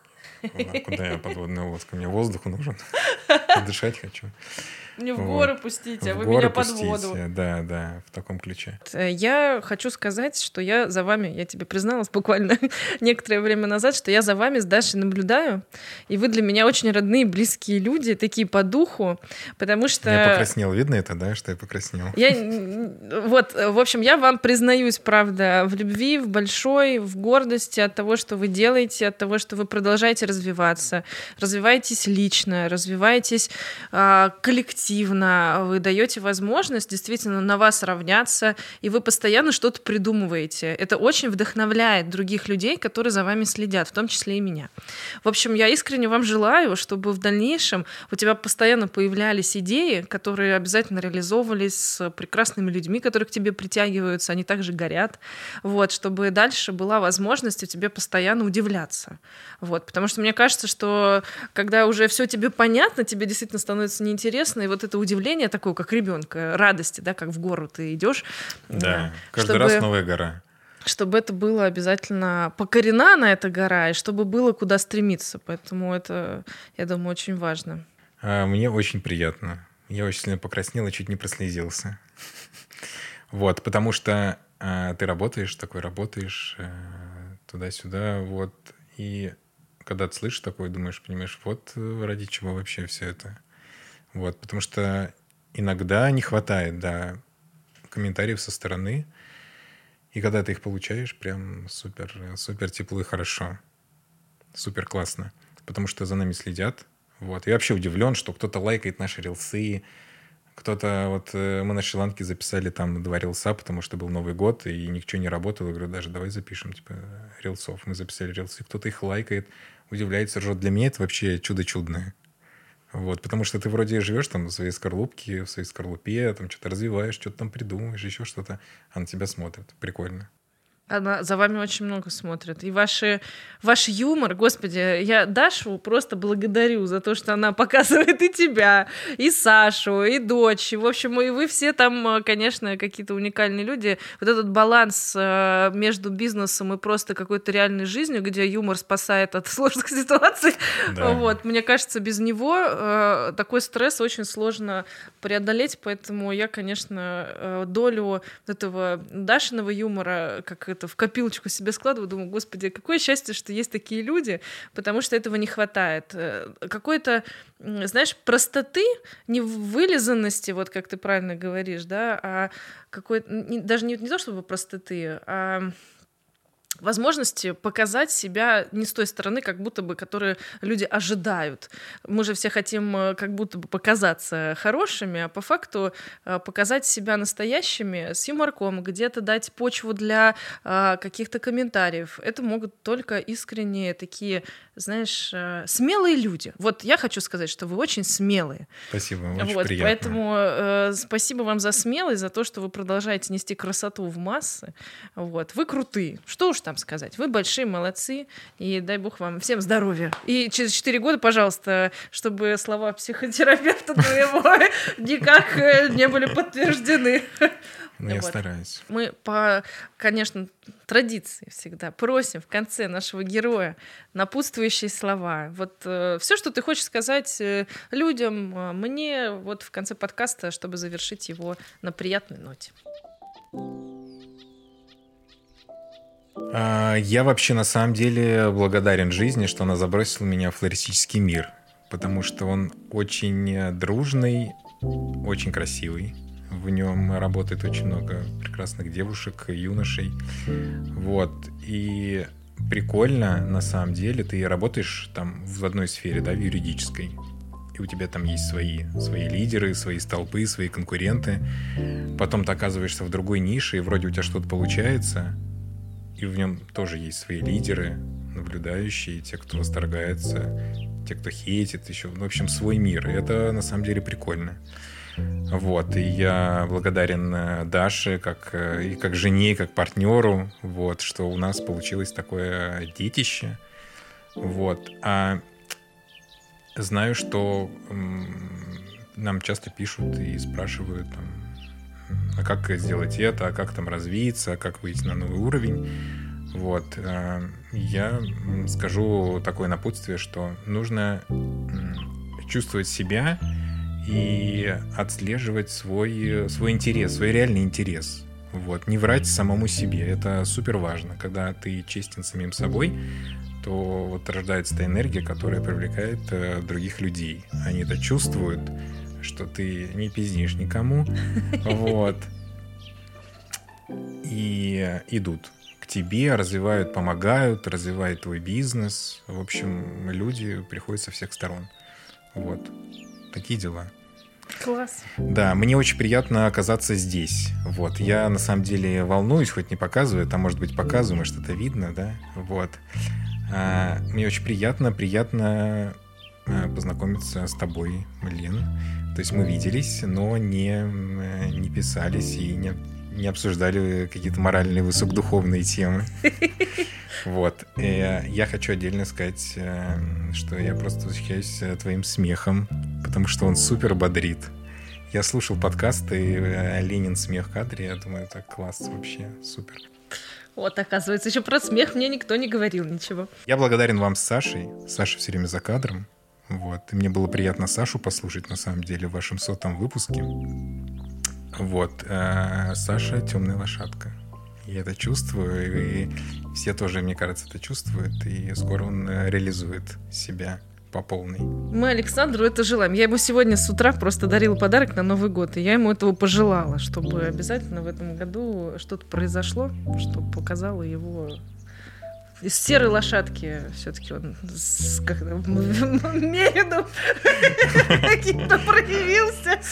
Speaker 1: куда я подводная лодка? Мне воздух нужен. Дышать хочу.
Speaker 2: Не в горы пустите, а вы меня под воду.
Speaker 1: Да, в таком ключе.
Speaker 2: Я хочу сказать, что я за вами, я тебе призналась буквально некоторое время назад, что я за вами с Дашей наблюдаю, и вы для меня очень родные, близкие люди, такие по духу, потому что...
Speaker 1: Я покраснел, видно это, да, что я покраснел?
Speaker 2: Вот, в общем, я вам признаюсь, правда, в любви, в большой, в гордости от того, что вы делаете, от того, что вы продолжаете развиваться, развиваетесь лично, развиваетесь коллективно, вы даете возможность действительно на вас равняться, и вы постоянно что-то придумываете. Это очень вдохновляет других людей, которые за вами следят, в том числе и меня. В общем, я искренне вам желаю, чтобы в дальнейшем у тебя постоянно появлялись идеи, которые обязательно реализовывались с прекрасными людьми, которые к тебе притягиваются, они также горят, вот, чтобы дальше была возможность у тебя постоянно удивляться. Вот, потому что мне кажется, что когда уже все тебе понятно, тебе действительно становится неинтересно, и вот это удивление такое, как ребенка, радости, да, как в гору ты идешь.
Speaker 1: Да, каждый раз новая гора.
Speaker 2: Чтобы это было обязательно покорена на эта гора, и чтобы было куда стремиться. Поэтому это, я думаю, очень важно.
Speaker 1: Мне очень приятно. Я очень сильно покраснел и чуть не прослезился. Вот, потому что ты работаешь, туда-сюда, вот, и когда ты слышишь такое, думаешь, понимаешь, вот ради чего вообще все это. Вот, потому что иногда не хватает, да, комментариев со стороны. И когда ты их получаешь, прям супер, супер тепло и хорошо. Супер классно. Потому что за нами следят. Вот. Я вообще удивлен, что кто-то лайкает наши рилсы. Кто-то... Вот мы на Шри-Ланке записали там 2 рилса, потому что был Новый год, и ничего не работало. Я говорю, даже давай запишем, типа, рилсов. Мы записали рилсы. Кто-то их лайкает, удивляется, ржет. Для меня это вообще чудо чудное. Вот, потому что ты вроде живешь там в своей скорлупке, в своей скорлупе, там что-то развиваешь, что-то там придумываешь, еще что-то, а на тебя смотрят. Прикольно.
Speaker 2: Она за вами очень много смотрит. И ваш юмор, господи, я Дашу просто благодарю за то, что она показывает и тебя, и Сашу, и дочь. И, в общем, и вы все там, конечно, какие-то уникальные люди. Вот этот баланс между бизнесом и просто какой-то реальной жизнью, где юмор спасает от сложных ситуаций. Да. Вот, мне кажется, без него такой стресс очень сложно преодолеть, поэтому я, конечно, долю вот этого Дашиного юмора, как это, в копилочку себе складываю, думаю, господи, какое счастье, что есть такие люди, потому что этого не хватает. Какой-то, знаешь, простоты, не вылизанности, вот как ты правильно говоришь, да, а какой-то, даже не то чтобы простоты, а возможности показать себя не с той стороны, как будто бы, которые люди ожидают. Мы же все хотим как будто бы показаться хорошими, а по факту показать себя настоящими с юморком, где-то дать почву для каких-то комментариев. Это могут только искренние такие, знаешь, смелые люди. Вот я хочу сказать, что вы очень смелые.
Speaker 1: Спасибо, очень вот, приятно.
Speaker 2: Поэтому спасибо вам за смелость, за то, что вы продолжаете нести красоту в массы. Вот. Вы крутые. Что уж там сказать. Вы большие молодцы, и дай бог вам всем здоровья. И через 4 года, пожалуйста, чтобы слова психотерапевта твоего никак не были подтверждены.
Speaker 1: Ну, я стараюсь.
Speaker 2: Мы по, конечно, традиции всегда просим в конце нашего героя напутствующие слова. Вот все, что ты хочешь сказать людям, мне вот в конце подкаста, чтобы завершить его на приятной ноте.
Speaker 1: Я вообще на самом деле благодарен жизни, что она забросила меня в флористический мир, потому что он очень дружный, очень красивый. В нем работает очень много прекрасных девушек, юношей. Вот. И прикольно, на самом деле, ты работаешь там в одной сфере, да, в юридической. И у тебя там есть свои лидеры, свои столпы, свои конкуренты. Потом ты оказываешься в другой нише, и вроде у тебя что-то получается, и в нем тоже есть свои лидеры, наблюдающие, те, кто восторгается, те, кто хейтит, еще, в общем, свой мир. И это на самом деле прикольно. Вот, и я благодарен Даше, как жене, как партнеру, вот, что у нас получилось такое детище. Вот. А знаю, что нам часто пишут и спрашивают, там, а как сделать это, а как там развиться, а как выйти на новый уровень. Вот. Я скажу такое напутствие, что нужно чувствовать себя и отслеживать свой интерес, свой реальный интерес. Вот. Не врать самому себе. Это супер важно. Когда ты честен самим собой, то вот рождается та энергия, которая привлекает других людей. Они это чувствуют, что ты не пиздишь никому. Вот. И идут к тебе, развивают, помогают, развивают твой бизнес. В общем, люди приходят со всех сторон. Вот. Такие дела.
Speaker 2: Класс.
Speaker 1: Да, мне очень приятно оказаться здесь. Вот. Я на самом деле волнуюсь, хоть не показываю, там, может быть, показываю, что-то видно, да. Вот. Мне очень приятно познакомиться с тобой, Лен. То есть мы виделись, но не писались и не обсуждали какие-то моральные, высокодуховные темы. Вот. И я хочу отдельно сказать, что я просто восхищаюсь твоим смехом, потому что он супер бодрит. Я слушал подкасты «Ленин. Смех в кадре», я думаю, это класс вообще, супер.
Speaker 2: Вот, оказывается, еще про смех мне никто не говорил ничего.
Speaker 1: Я благодарен вам с Сашей. Саша все время за кадром. Вот. И мне было приятно Сашу послушать, на самом деле, в вашем 100-м выпуске. Вот. Саша — темная лошадка. Я это чувствую, и все тоже, мне кажется, это чувствуют, и скоро он реализует себя по полной.
Speaker 2: Мы Александру это желаем. Я ему сегодня с утра просто дарила подарок на Новый год, и я ему этого пожелала, чтобы обязательно в этом году что-то произошло, что показало его... Из серой лошадки все-таки он мерину каким-то проявился.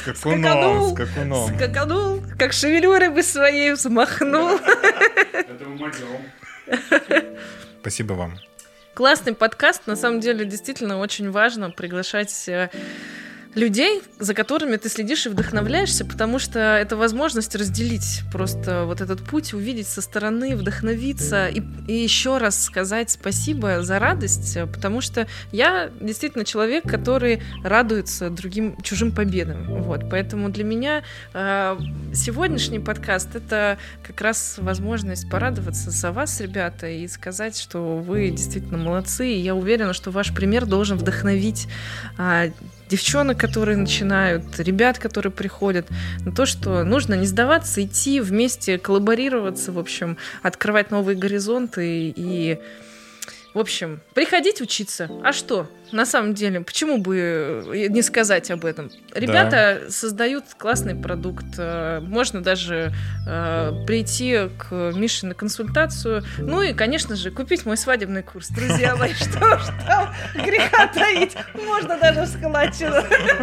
Speaker 2: Скаканул, как шевелюрой бы своей взмахнул.
Speaker 3: Это умадём.
Speaker 1: Спасибо вам.
Speaker 2: Классный подкаст. На самом деле, действительно очень важно приглашать людей, за которыми ты следишь и вдохновляешься, потому что это возможность разделить просто вот этот путь, увидеть со стороны, вдохновиться и еще раз сказать спасибо за радость, потому что я действительно человек, который радуется другим чужим победам. Вот. Поэтому для меня сегодняшний подкаст — это как раз возможность порадоваться за вас, ребята, и сказать, что вы действительно молодцы, и я уверена, что ваш пример должен вдохновить девчонок, которые начинают, ребят, которые приходят, на то, что нужно не сдаваться, идти вместе, коллаборироваться, в общем, открывать новые горизонты и, в общем, приходить учиться. А что? На самом деле, почему бы не сказать об этом? Ребята создают классный продукт. Можно даже прийти к Мише на консультацию. Ну и, конечно же, купить мой свадебный курс. Друзья мои, что ж там греха таить? Можно даже в складчину.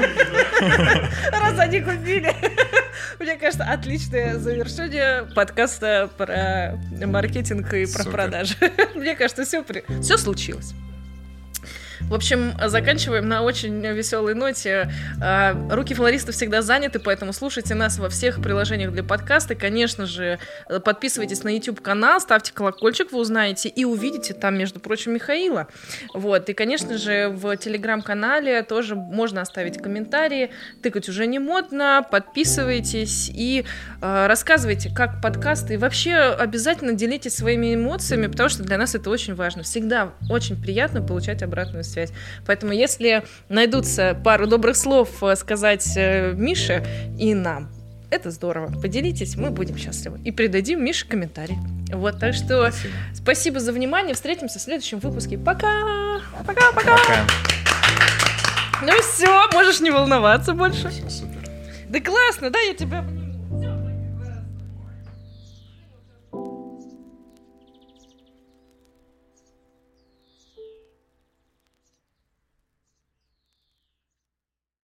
Speaker 2: Раз они купили. Мне кажется, отличное завершение подкаста про маркетинг и про продажи. Мне кажется, все случилось. В общем, заканчиваем на очень веселой ноте. Руки флористов всегда заняты, поэтому слушайте нас во всех приложениях для подкаста. Конечно же, подписывайтесь на YouTube-канал, ставьте колокольчик, вы узнаете и увидите там, между прочим, Михаила. Вот. И, конечно же, в Телеграм-канале тоже можно оставить комментарии. Тыкать уже не модно. Подписывайтесь и рассказывайте, как подкасты. И вообще обязательно делитесь своими эмоциями, потому что для нас это очень важно. Всегда очень приятно получать обратную связь. Поэтому, если найдутся пару добрых слов сказать Мише и нам, это здорово. Поделитесь, мы будем счастливы. И придадим Мише комментарий. Вот, так что спасибо за внимание. Встретимся в следующем выпуске. Пока! Пока! Ну все, можешь не волноваться больше.
Speaker 1: Все супер.
Speaker 2: Да классно, да, я тебя...